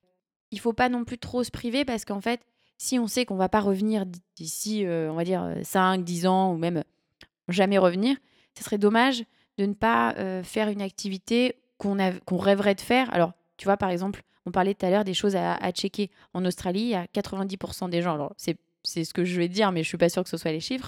Il faut pas non plus trop se priver parce qu'en fait, si on sait qu'on va pas revenir d'ici, on va dire, 5-10 ans ou même jamais revenir, ce serait dommage de ne pas, faire une activité qu'on rêverait de faire. Alors, tu vois, par exemple, on parlait tout à l'heure des choses à checker. En Australie, il y a 90 des gens, alors c'est ce que je vais te dire, mais je suis pas sûre que ce soit les chiffres,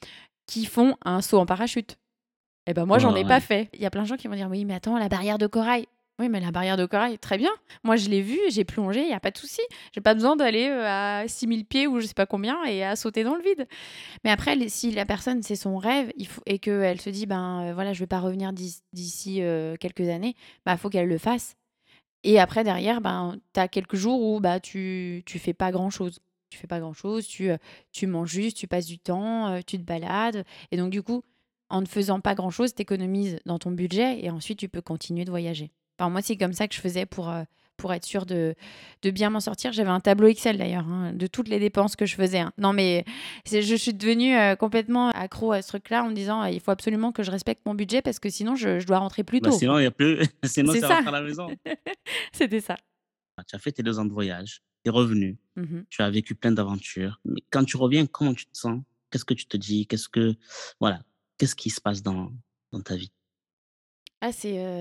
qui font un saut en parachute. Et ben, moi, j'en ai Ouais, pas ouais. fait. Il y a plein de gens qui vont dire: «Oui, mais attends, la barrière de corail». Oui, mais la barrière de corail, très bien. Moi, je l'ai vue, j'ai plongé, il y a pas de souci. J'ai pas besoin d'aller, à 6000 pieds ou je sais pas combien et à sauter dans le vide. Mais après, si la personne, c'est son rêve, il faut, et qu'elle se dit, ben voilà, je vais pas revenir d'ici quelques années, bah, faut qu'elle le fasse. Et après, derrière, ben, tu as quelques jours où bah, tu fais pas grand-chose. Tu fais pas grand-chose, tu manges juste, tu passes du temps, tu te balades. Et donc, du coup, en ne faisant pas grand-chose, tu économises dans ton budget et ensuite, tu peux continuer de voyager. Enfin, moi, c'est comme ça que je faisais pour être sûre de bien m'en sortir. J'avais un tableau Excel d'ailleurs, hein, de toutes les dépenses que je faisais, hein. Non, mais je suis devenue complètement accro à ce truc-là en me disant il faut absolument que je respecte mon budget parce que sinon, je dois rentrer plus Bah, tôt, sinon quoi. il y a plus sinon C'est c'est ça. rentrer à la maison. C'était ça. Ah, tu as fait tes 2 ans de voyage, tu es revenu, Mhm. tu as vécu plein d'aventures, mais quand tu reviens, comment tu te sens? Qu'est-ce que tu te dis? Voilà, qu'est-ce qui se passe dans ta vie? Ah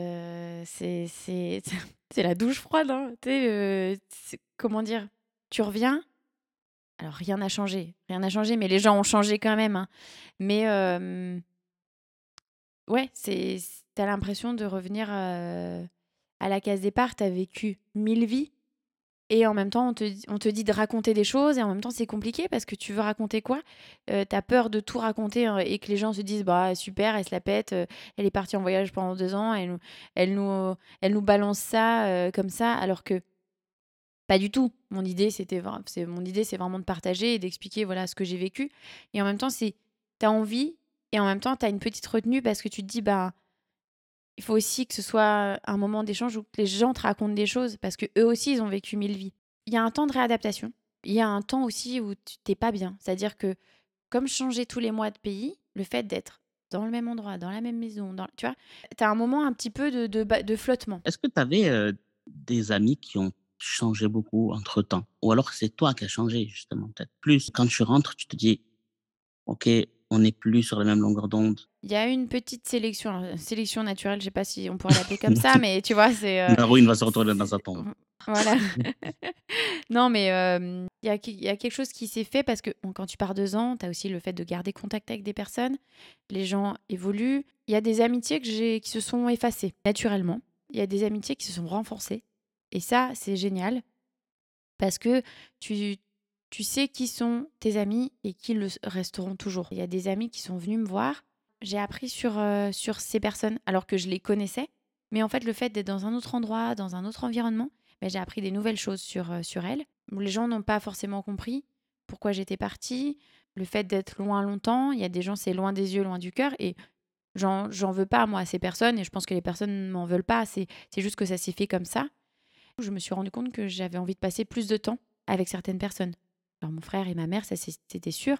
c'est c'est la douche froide, hein. Tu sais, comment dire? Tu reviens, alors rien n'a changé, mais les gens ont changé quand même, hein. Mais ouais, tu l'impression de revenir, à la case départ. Tu as vécu 1000 vies. Et en même temps, on te dit de raconter des choses et en même temps, c'est compliqué parce que tu veux raconter quoi? Tu as peur de tout raconter, et que les gens se disent: «Bah, super, elle se la pète, elle est partie en voyage pendant 2 ans, elle nous balance ça, comme ça», alors que pas du tout. Mon idée, c'est vraiment de partager et d'expliquer, voilà, ce que j'ai vécu. Et en même temps, tu as envie et en même temps, tu as une petite retenue parce que tu te dis: «Bah, il faut aussi que ce soit un moment d'échange où les gens te racontent des choses parce que eux aussi, ils ont vécu 1000 vies». Il y a un temps de réadaptation. Il y a un temps aussi où tu t'es pas bien. C'est-à-dire que comme changer tous les mois de pays, le fait d'être dans le même endroit, dans la même maison, tu vois, tu as un moment un petit peu de flottement. Est-ce que tu avais, des amis qui ont changé beaucoup entre-temps? Ou alors c'est toi qui as changé justement, peut-être plus? Quand tu rentres, tu te dis: «OK, on n'est plus sur la même longueur d'onde». Il y a une petite sélection, alors, sélection naturelle, je sais pas si on pourrait l'appeler comme ça, mais tu vois, Darwin va se retourner dans c'est sa tombe. voilà. Non, mais il y a quelque chose qui s'est fait parce que bon, quand tu pars 2 ans, tu as aussi le fait de garder contact avec des personnes. Les gens évoluent. Il y a des amitiés qui se sont effacées naturellement. Il y a des amitiés qui se sont renforcées. Et ça, c'est génial parce que tu, tu sais qui sont tes amis et qui le resteront toujours. Il y a des amis qui sont venus me voir. J'ai appris sur ces personnes alors que je les connaissais. Mais en fait, le fait d'être dans un autre endroit, dans un autre environnement, ben, j'ai appris des nouvelles choses sur elles. Les gens n'ont pas forcément compris pourquoi j'étais partie. Le fait d'être loin longtemps, il y a des gens, c'est loin des yeux, loin du cœur. Et j'en veux pas, moi, à ces personnes. Et je pense que les personnes ne m'en veulent pas. C'est juste que ça s'est fait comme ça. Je me suis rendu compte que j'avais envie de passer plus de temps avec certaines personnes. Alors mon frère et ma mère, ça c'était sûr.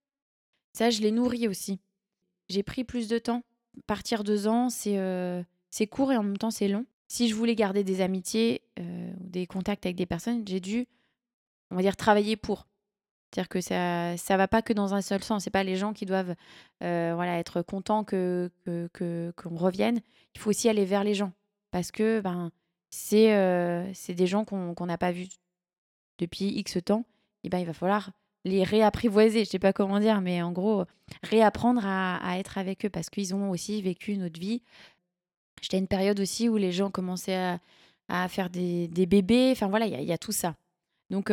Ça, je les nourris aussi. J'ai pris plus de temps. Partir 2 ans, c'est court et en même temps c'est long. si je voulais garder des amitiés, ou des contacts avec des personnes, j'ai dû, on va dire, travailler pour. C'est-à-dire que ça va pas que dans un seul sens. C'est pas les gens qui doivent, voilà, être contents qu'on revienne. Il faut aussi aller vers les gens parce que, ben, c'est des gens qu'on n'a pas vus depuis X temps et ben, il va falloir les réapprivoiser. Je sais pas comment dire, mais en gros, réapprendre à être avec eux parce qu'ils ont aussi vécu notre vie. J'étais à une période aussi où les gens commençaient à faire des bébés. Enfin voilà, il y a tout ça. Donc,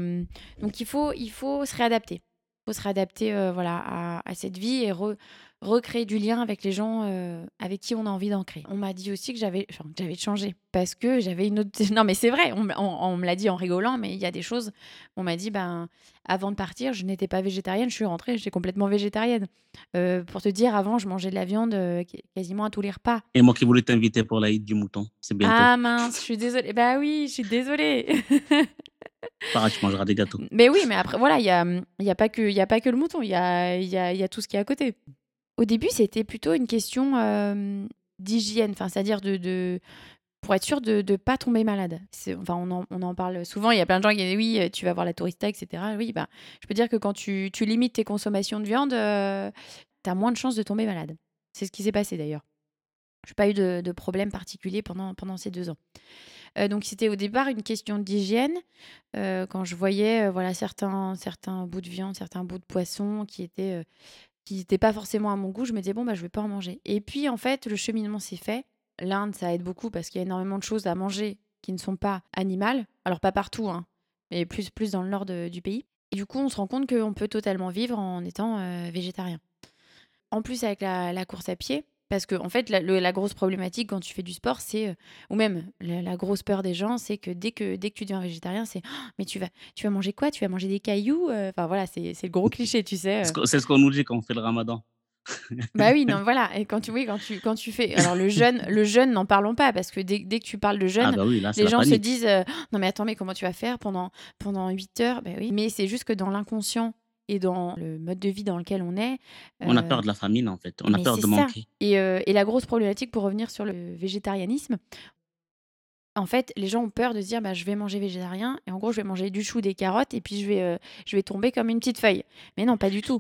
donc il faut se réadapter. Il faut se réadapter voilà, à cette vie et recréer du lien avec les gens avec qui on a envie d'en créer. On m'a dit aussi que j'avais changé parce que j'avais une autre... Non mais c'est vrai, on me l'a dit en rigolant, mais il y a des choses... On m'a dit, ben, avant de partir, je n'étais pas végétarienne, je suis rentrée, j'étais complètement végétarienne. Pour te dire, avant, je mangeais de la viande quasiment à tous les repas. Et moi qui voulais t'inviter pour l'Aïd du mouton, c'est bientôt. Ah mince, je suis désolée. Bah oui, je suis désolée. Pareil, tu mangeras des gâteaux. Mais oui, mais après, voilà, il y a pas que le mouton, il y a tout ce qui est à côté. Au début, c'était plutôt une question d'hygiène, enfin, c'est-à-dire pour être sûr de ne pas tomber malade. Enfin, on en parle souvent. Il y a plein de gens qui disent oui, tu vas voir la tourista, etc. Oui, bah, je peux dire que quand tu limites tes consommations de viande, tu as moins de chances de tomber malade. C'est ce qui s'est passé d'ailleurs. Je n'ai pas eu de problème particulier pendant ces 2 ans. Donc c'était au départ une question d'hygiène. Quand je voyais, voilà, certains bouts de viande, certains bouts de poisson qui étaient pas forcément à mon goût, je me disais: «Bon, bah, je vais pas en manger» et puis, en fait, le cheminement s'est fait. L'Inde, ça aide beaucoup parce qu'il y a énormément de choses à manger qui ne sont pas animales. Alors pas partout, hein, mais plus dans le nord du pays et du coup, on se rend compte qu'on peut totalement vivre en étant, végétarien. En plus avec la course à pied, parce qu'en fait la grosse problématique quand tu fais du sport, c'est, ou même la grosse peur des gens, c'est que dès que tu deviens végétarien, c'est: «Oh, mais tu vas manger quoi? Tu vas manger des cailloux?» Enfin voilà, c'est le gros cliché, tu sais, C'est ce qu'on nous dit quand on fait le ramadan. Bah oui, non, voilà et quand tu fais alors le jeûne, n'en parlons pas parce que dès que tu parles de Ah jeûne, bah oui, là, c'est les la gens se panique. disent, «Non mais attends, mais comment tu vas faire pendant 8 heures?» Bah oui, mais c'est juste que dans l'inconscient et dans le mode de vie dans lequel on est, On a peur heu de la famine, en fait. On a mais peur c'est de ça manquer. et la grosse problématique pour revenir sur le végétarianisme, en fait, les gens ont peur de se dire: «Bah, je vais manger végétarien et en gros, je vais manger du chou, des carottes et puis je vais tomber comme une petite feuille». Mais non, pas du tout.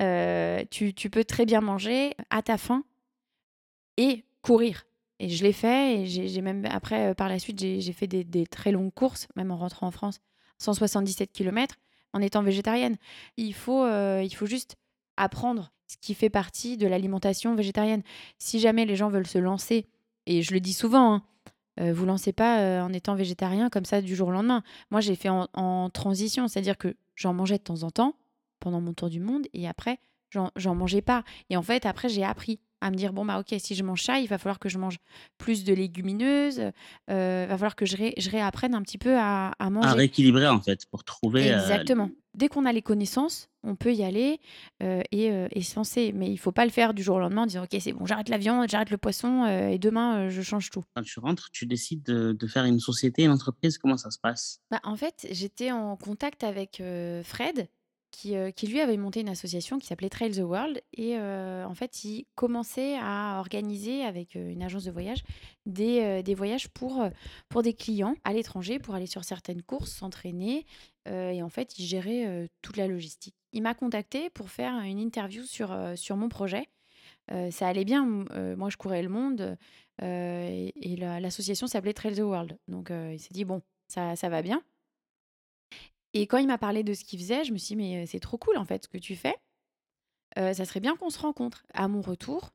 Tu peux très bien manger à ta faim et courir et je l'ai fait et j'ai même après, par la suite, j'ai fait des très longues courses, même en rentrant en France, 177 kilomètres en étant végétarienne. Il faut juste apprendre ce qui fait partie de l'alimentation végétarienne. Si jamais les gens veulent se lancer et je le dis souvent, hein, vous lancez pas, en étant végétarien comme ça du jour au lendemain. Moi, j'ai fait en transition, c'est-à-dire que j'en mangeais de temps en temps pendant mon tour du monde et après j'en mangeais pas et en fait, après, j'ai appris à me dire: «Bon, bah, OK, si je mange ça, il va falloir que je mange plus de légumineuses, va falloir que je réapprenne un petit peu à À manger». rééquilibrer, en fait, pour trouver, Exactement. Dès qu'on a les connaissances, on peut y aller, et se lancer. Mais il faut pas le faire du jour au lendemain en disant: «OK, c'est bon, j'arrête la viande, j'arrête le poisson, et demain, je change tout». quand tu rentres, tu décides de faire une société, une entreprise, comment ça se passe? Bah, en fait, j'étais en contact avec, Fred qui lui avait monté une association qui s'appelait Trail the World et en fait, il commençait à organiser avec, une agence de voyage des voyages pour des clients à l'étranger, pour aller sur certaines courses, s'entraîner, et en fait, il gérait, toute la logistique. Il m'a contacté pour faire une interview sur mon projet. Ça allait bien, moi je courais le monde, et l'association s'appelait Trail the World donc il s'est dit: «Bon, ça va bien». Et quand il m'a parlé de ce qu'il faisait, je me suis dit: «Mais, c'est trop cool en fait ce que tu fais, ça serait bien qu'on se rencontre». À mon retour,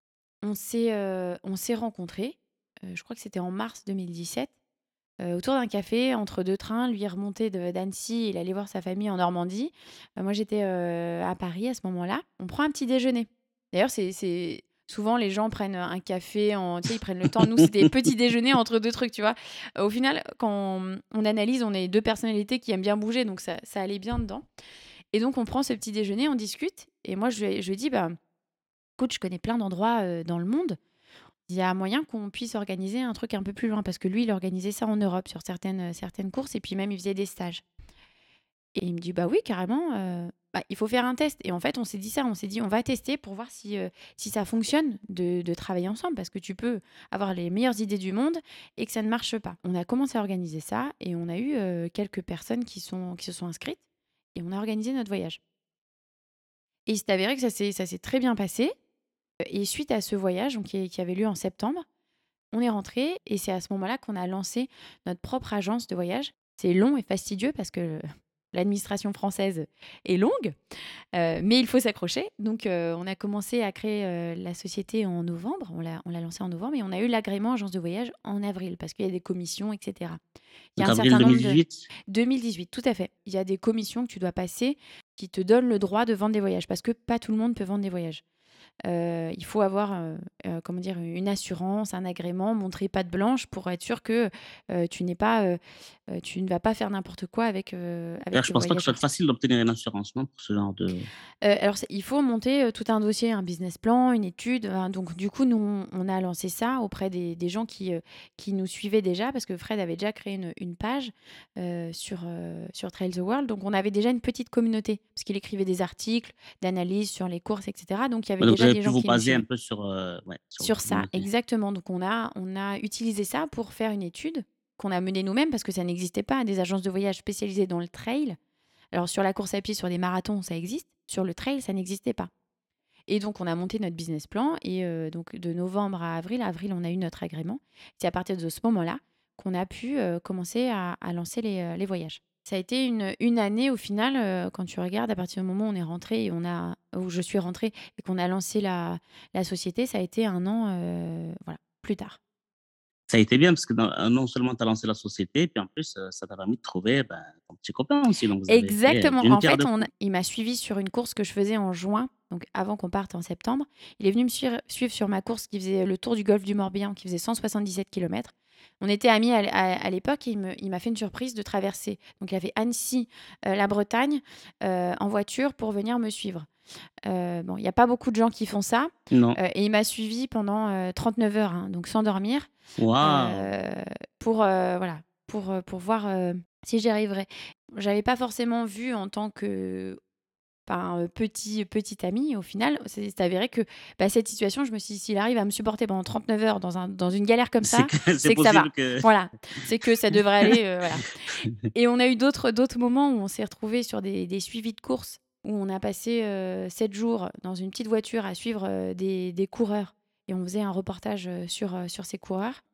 on s'est rencontrés, je crois que c'était en mars 2017, autour d'un café entre 2 trains. Lui est remonté d'Annecy, il allait voir sa famille en Normandie. Moi j'étais, à Paris à ce moment-là. On prend un petit déjeuner. D'ailleurs, c'est souvent les gens prennent, un café tu sais, ils prennent le temps. Nous, c'était petit déjeuner entre 2 trucs, tu vois? Au final, quand on analyse, on est 2 personnalités qui aiment bien bouger, donc ça allait bien dedans et donc on prend ce petit déjeuner, on discute et moi je lui ai dit: «Bah, écoute, je connais plein d'endroits, dans le monde. Il y a moyen qu'on puisse organiser un truc un peu plus loin» parce que lui, il organisait ça en Europe sur certaines courses et puis même il faisait des stages Et il me dit: «Bah oui, carrément, bah, il faut faire un test» et en fait, on s'est dit ça, on s'est dit: «On va tester pour voir si ça fonctionne de travailler ensemble parce que tu peux avoir les meilleures idées du monde et que ça ne marche pas». On a commencé à organiser ça et on a eu, quelques personnes qui se sont inscrites et on a organisé notre voyage et il s'est avéré que ça s'est très bien passé, et suite à ce voyage donc qui avait lieu en septembre, on est rentré et c'est à ce moment-là qu'on a lancé notre propre agence de voyage. C'est long et fastidieux parce que l'administration française est longue, mais il faut s'accrocher. Donc, on a commencé à créer la société en novembre. On l'a lancée en novembre et on a eu l'agrément agence de voyage en avril parce qu'il y a des commissions, etc. Il y a Donc un avril certain nombre de 2018. 2018, tout à fait. Il y a des commissions que tu dois passer qui te donnent le droit de vendre des voyages parce que pas tout le monde peut vendre des voyages. Il faut avoir, comment dire? Une assurance, un agrément, montrer patte blanche pour être sûr que, tu n'es pas, tu ne vas pas faire n'importe quoi avec D'ailleurs, je tes pense pas que ce soit voyageurs. facile d'obtenir une assurance, non, pour ce genre de. Alors c'est il faut monter, tout un dossier, un business plan, une étude, donc du coup, nous, on a lancé ça auprès des gens qui nous suivaient déjà parce que Fred avait déjà créé une page, sur Trail the World, donc on avait déjà une petite communauté parce qu'il écrivait des articles d'analyse sur les courses et cetera, donc il y avait Ouais, donc vous déjà avez des pu gens vous qui nous baser un suivaient. peu sur, ouais, sur votre Sur ça, communauté. exactement. Donc on a utilisé ça pour faire une étude qu'on a menée nous-mêmes parce que ça n'existait pas, des agences de voyage spécialisées dans le trail. Alors sur la course à pied, sur les marathons, ça existe. Sur le trail, ça n'existait pas. Et donc on a monté notre business plan et donc de novembre à avril, on a eu notre agrément. C'est à partir de ce moment-là qu'on a pu commencer à lancer les voyages. Ça a été une année au final, quand tu regardes, à partir du moment où on est rentré et où je suis rentrée et qu'on a lancé la société, ça a été un an, voilà, plus tard. Ça a été bien parce que non seulement tu as lancé la société, puis en plus, ça t'a permis de trouver, ben, ton petit copain aussi, donc vous avez fait, Exactement. d'une En pierre fait, deux coups. il m'a suivi sur une course que je faisais en juin, donc avant qu'on parte en septembre. Il est venu me suivre sur ma course qui faisait le tour du golfe du Morbihan, qui faisait 177 kilomètres. On était amis à l'époque et il m'a fait une surprise de traverser. Donc, il a fait Annecy, la Bretagne, en voiture pour venir me suivre. Bon, il n'y a pas beaucoup de gens qui font ça. Non. Et il m'a suivi pendant 39 heures, hein, donc sans dormir, Waouh! euh, voilà, pour voir si j'y arriverais. J'avais pas forcément vu en tant que enfin, petit ami. Au final, c'est avéré que bah, cette situation, je me suis dit, s'il arrive à me supporter pendant 39 heures dans une galère comme C'est ça, que c'est c'est que ça va. possible que. Voilà, c'est que ça devrait aller. Voilà. Et on a eu d'autres moments où on s'est retrouvés sur des suivis de courses, où on a passé 7 jours dans une petite voiture à suivre des coureurs. Et on faisait un reportage sur ces coureurs,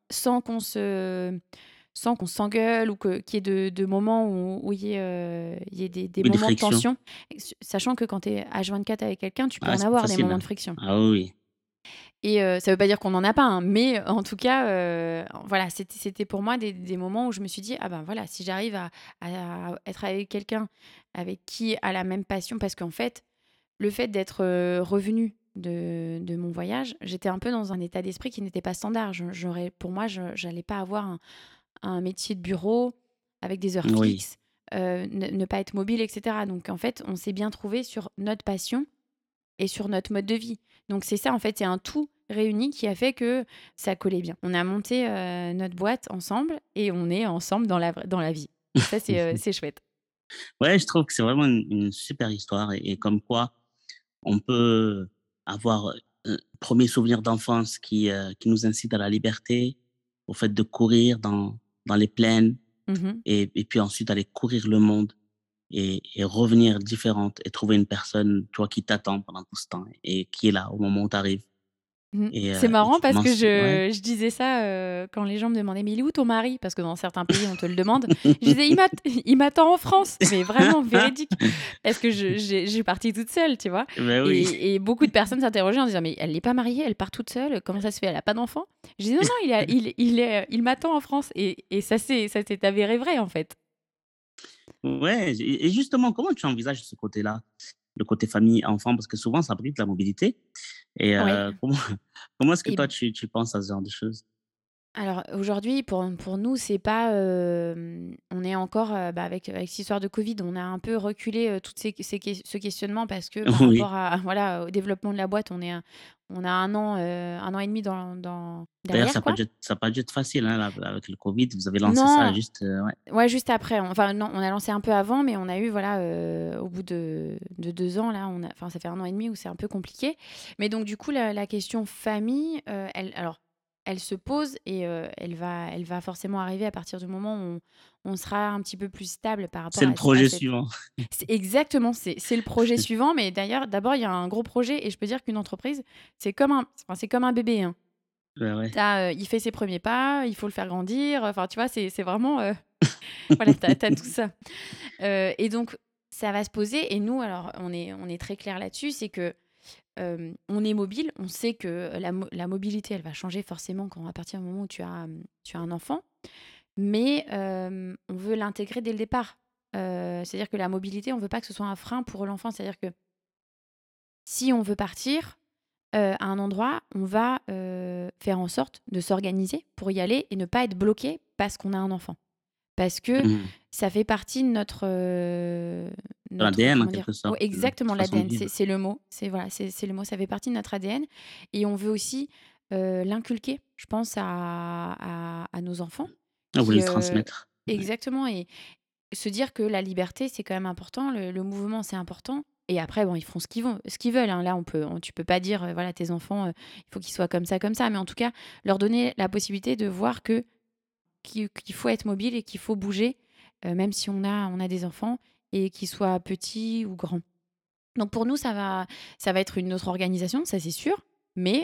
sans qu'on s'engueule ou qu'il y ait de moments où il y ait des Oui, de moments de friction. tension. Sachant que quand tu es H24 avec quelqu'un, tu peux Ah, en c'est pas avoir des facile, moments hein. de friction. Ah oui, oui. Et ça veut pas dire qu'on n'en a pas, hein, mais en tout cas, voilà, c'était pour moi des moments où je me suis dit: «Ah ben, voilà, si j'arrive à être avec quelqu'un avec qui a la même passion» parce qu'en fait, le fait d'être, revenue de mon voyage, j'étais un peu dans un état d'esprit qui n'était pas standard. Pour moi, je j'allais pas avoir un métier de bureau avec des heures Oui. fixes, ne pas être mobile et cetera. Donc en fait, on s'est bien trouvé sur notre passion et sur notre mode de vie. Donc c'est ça, en fait, c'est un tout réuni qui a fait que ça collait bien. On a monté, notre boîte ensemble et on est ensemble dans la vie. Et ça, c'est chouette. Ouais, je trouve que c'est vraiment une super histoire et comme quoi on peut avoir un 1 souvenir d'enfance qui nous incite à la liberté, au fait de courir dans les plaines Mmh. et puis ensuite aller courir le monde et revenir différente et trouver une personne, tu vois, qui t'attend pendant tout ce temps et qui est là au moment où tu arrives Mmh. C'est et marrant tu parce que commences ouais. je disais ça, quand les gens me demandaient: «Mais il est où ton mari?» parce que dans certains pays, on te le demande. Je disais: Il m'attend en France», mais vraiment véridique. Parce que je suis partie toute seule, tu vois? Ben oui. Et beaucoup de personnes s'interrogeaient en disant: «Mais elle n'est pas mariée, elle part toute seule, comment ça se fait? Elle a pas d'enfant?» Je dis: «Non, non, il m'attend en France» et ça s'est avéré vrai, en fait. Ouais et justement, comment tu envisages ce côté-là? Le côté famille, enfant, parce que souvent ça bride la mobilité et Ouais. comment est-ce que Et toi tu penses à ce genre de choses? alors aujourd'hui, pour nous, c'est pas, on est encore, bah, avec cette histoire de Covid, on a un peu reculé, toutes ce questionnement parce que par Oui, rapport à voilà, au développement de la boîte, on a 1 an et demi D'ailleurs, derrière, quoi. ça a pas dû être facile, hein, là, avec le covid, vous avez lancé ça Non, juste, ouais. ouais, juste après, enfin non, on a lancé un peu avant, mais on a eu voilà, au bout de 2 ans là, ça fait 1 an et demi où c'est un peu compliqué. Mais donc du coup, la question famille, elle se pose et elle va forcément arriver à partir du moment où on sera un petit peu plus stable par rapport C'est le à projet cette. suivant. C'est exactement, c'est le projet suivant, mais d'ailleurs, d'abord, il y a un gros projet et je peux dire qu'une entreprise, c'est comme un bébé, hein. Ouais, ouais. Il fait ses premiers pas, il faut le faire grandir, enfin, tu vois? C'est vraiment, voilà, tu as tout ça. Et donc ça va se poser et nous, alors, on est très clair là-dessus, c'est que, on est mobile, on sait que la mobilité, elle va changer forcément quand à partir du moment où tu as un enfant, mais on veut l'intégrer dès le départ. C'est-à-dire que la mobilité, on veut pas que ce soit un frein pour l'enfant. C'est-à-dire que si on veut partir, à un endroit, on va, faire en sorte de s'organiser pour y aller et ne pas être bloqué parce qu'on a un enfant. Parce que Mmh. ça fait partie de Dans notre l'ADN en comment dire? quelque Ouais, sorte, exactement, votre façon de l'ADN, c'est vivre. c'est le mot. C'est voilà, c'est le mot. Ça fait partie de notre ADN et on veut aussi, l'inculquer, je pense à nos enfants Ah, vous voulez qui, le transmettre. Ouais. exactement et se dire que la liberté, c'est quand même important, le mouvement, c'est important et après bon, ils font ce qu'ils veulent, hein. Là, tu peux pas dire, voilà, tes enfants, il faut qu'ils soient comme ça, mais en tout cas, leur donner la possibilité de voir qu'il faut être mobile et qu'il faut bouger, même si on a des enfants et qu'ils soient petits ou grands. Donc pour nous, ça va être une autre organisation, ça c'est sûr, mais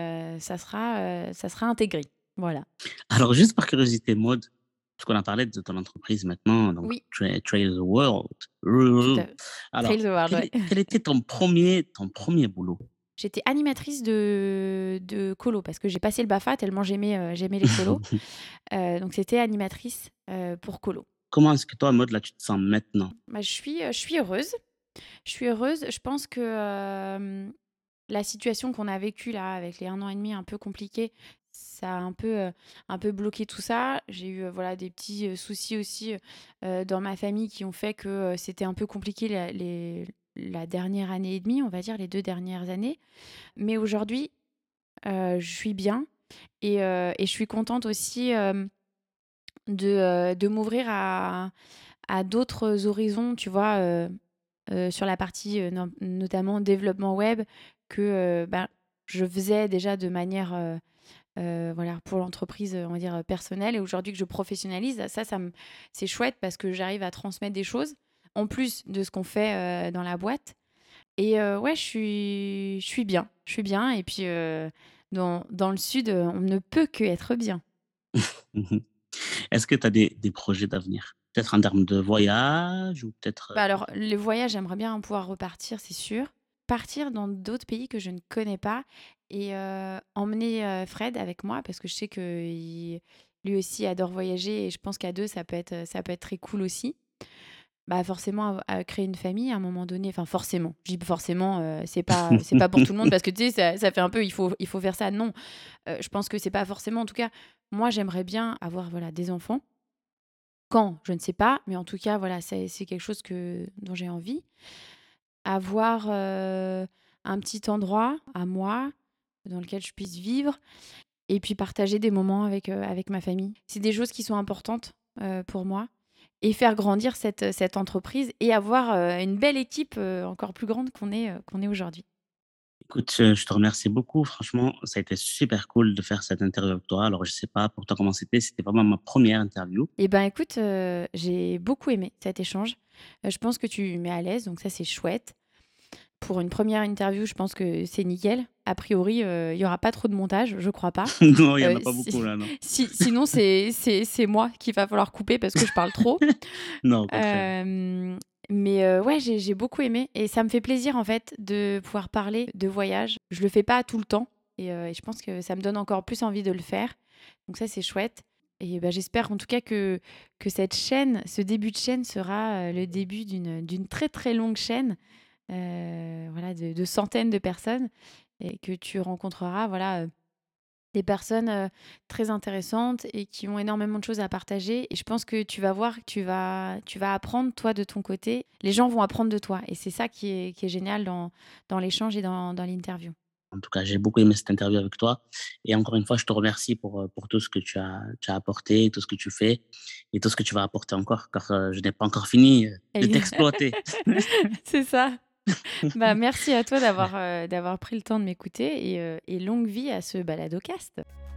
ça sera intégré. Voilà. Alors juste par curiosité mode, parce qu'on a parlé de ton entreprise maintenant, donc Oui, Trail the World. tout à fait. Trail Alors, the World, ouais. quel était ton premier boulot? J'étais animatrice de colo parce que j'ai passé le BAFA tellement j'aimais les colos. Donc c'était animatrice, pour colo. Comment est-ce que toi, mode, là, tu te sens maintenant? Bah, je suis heureuse. Je suis heureuse. Je pense que, la situation qu'on a vécue là, avec les 1 an et demi un peu compliqués, ça a un peu bloqué tout ça. J'ai eu, voilà, des petits, soucis aussi, dans ma famille qui ont fait que, c'était un peu compliqué la dernière année et demie, on va dire, les 2 dernières années. Mais aujourd'hui, je suis bien et je suis contente aussi, de m'ouvrir à d'autres horizons, tu vois? Sur la partie, notamment développement web que, ben, je faisais déjà de manière, voilà, pour l'entreprise, on va dire, personnelle et aujourd'hui que je professionnalise, c'est chouette parce que j'arrive à transmettre des choses, en plus de ce qu'on fait, dans la boîte et ouais, je suis bien et puis, dans le sud, on ne peut que être bien. Mmh. Est-ce que tu as des projets d'avenir? Peut-être en termes de voyage ou peut-être, Bah, alors, le voyage, j'aimerais bien pouvoir repartir, c'est sûr. Partir dans d'autres pays que je ne connais pas et emmener, Fred avec moi parce que je sais que lui aussi adore voyager et je pense qu'à 2 ça peut être très cool aussi. Bah, forcément à créer une famille à un moment donné, enfin forcément, je dis forcément, c'est pas pour tout le monde parce que tu sais, ça fait un peu il faut faire ça. Non, je pense que c'est pas forcément en tout cas, moi j'aimerais bien avoir, voilà, des enfants. Quand? Je ne sais pas, mais en tout cas, voilà, c'est quelque chose dont j'ai envie. Avoir, un petit endroit à moi, dans lequel je puisse vivre et puis partager des moments avec ma famille. C'est des choses qui sont importantes, pour moi et faire grandir cette entreprise et avoir, une belle équipe, encore plus grande qu'on est aujourd'hui. écoute, je te remercie beaucoup. Franchement, ça a été super cool de faire cette interview avec toi. Alors je sais pas pour toi comment c'était vraiment ma première interview. Et ben, écoute, j'ai beaucoup aimé cet échange. Je pense que tu mets à l'aise, donc ça, c'est chouette. Pour une première interview, je pense que c'est nickel. A priori, il y aura pas trop de montage, je crois pas. Non, il y en a pas Si beaucoup là, non. sinon c'est moi qu'il va falloir couper parce que je parle trop. Non, au contraire. Hem, mais ouais, j'ai beaucoup aimé et ça me fait plaisir, en fait, de pouvoir parler de voyage. Je le fais pas tout le temps et je pense que ça me donne encore plus envie de le faire. Donc ça, c'est chouette et bah, j'espère en tout cas que cette chaîne, ce début de chaîne sera, le début d'une très, très longue chaîne, voilà, de centaines de personnes et que tu rencontreras, voilà, des personnes, très intéressantes et qui ont énormément de choses à partager et je pense que tu vas voir que tu vas apprendre toi de ton côté. Les gens vont apprendre de toi et c'est ça qui est génial dans l'échange et dans l'interview. En tout cas, j'ai beaucoup aimé cette interview avec toi et encore une fois, je te remercie pour tout ce que tu as apporté, tout ce que tu fais et tout ce que tu vas apporter encore car, je n'ai pas encore fini, de Ex t'exploiter. c'est ça. Bah, merci à toi d'avoir pris le temps de m'écouter et longue vie à ce balado-cast.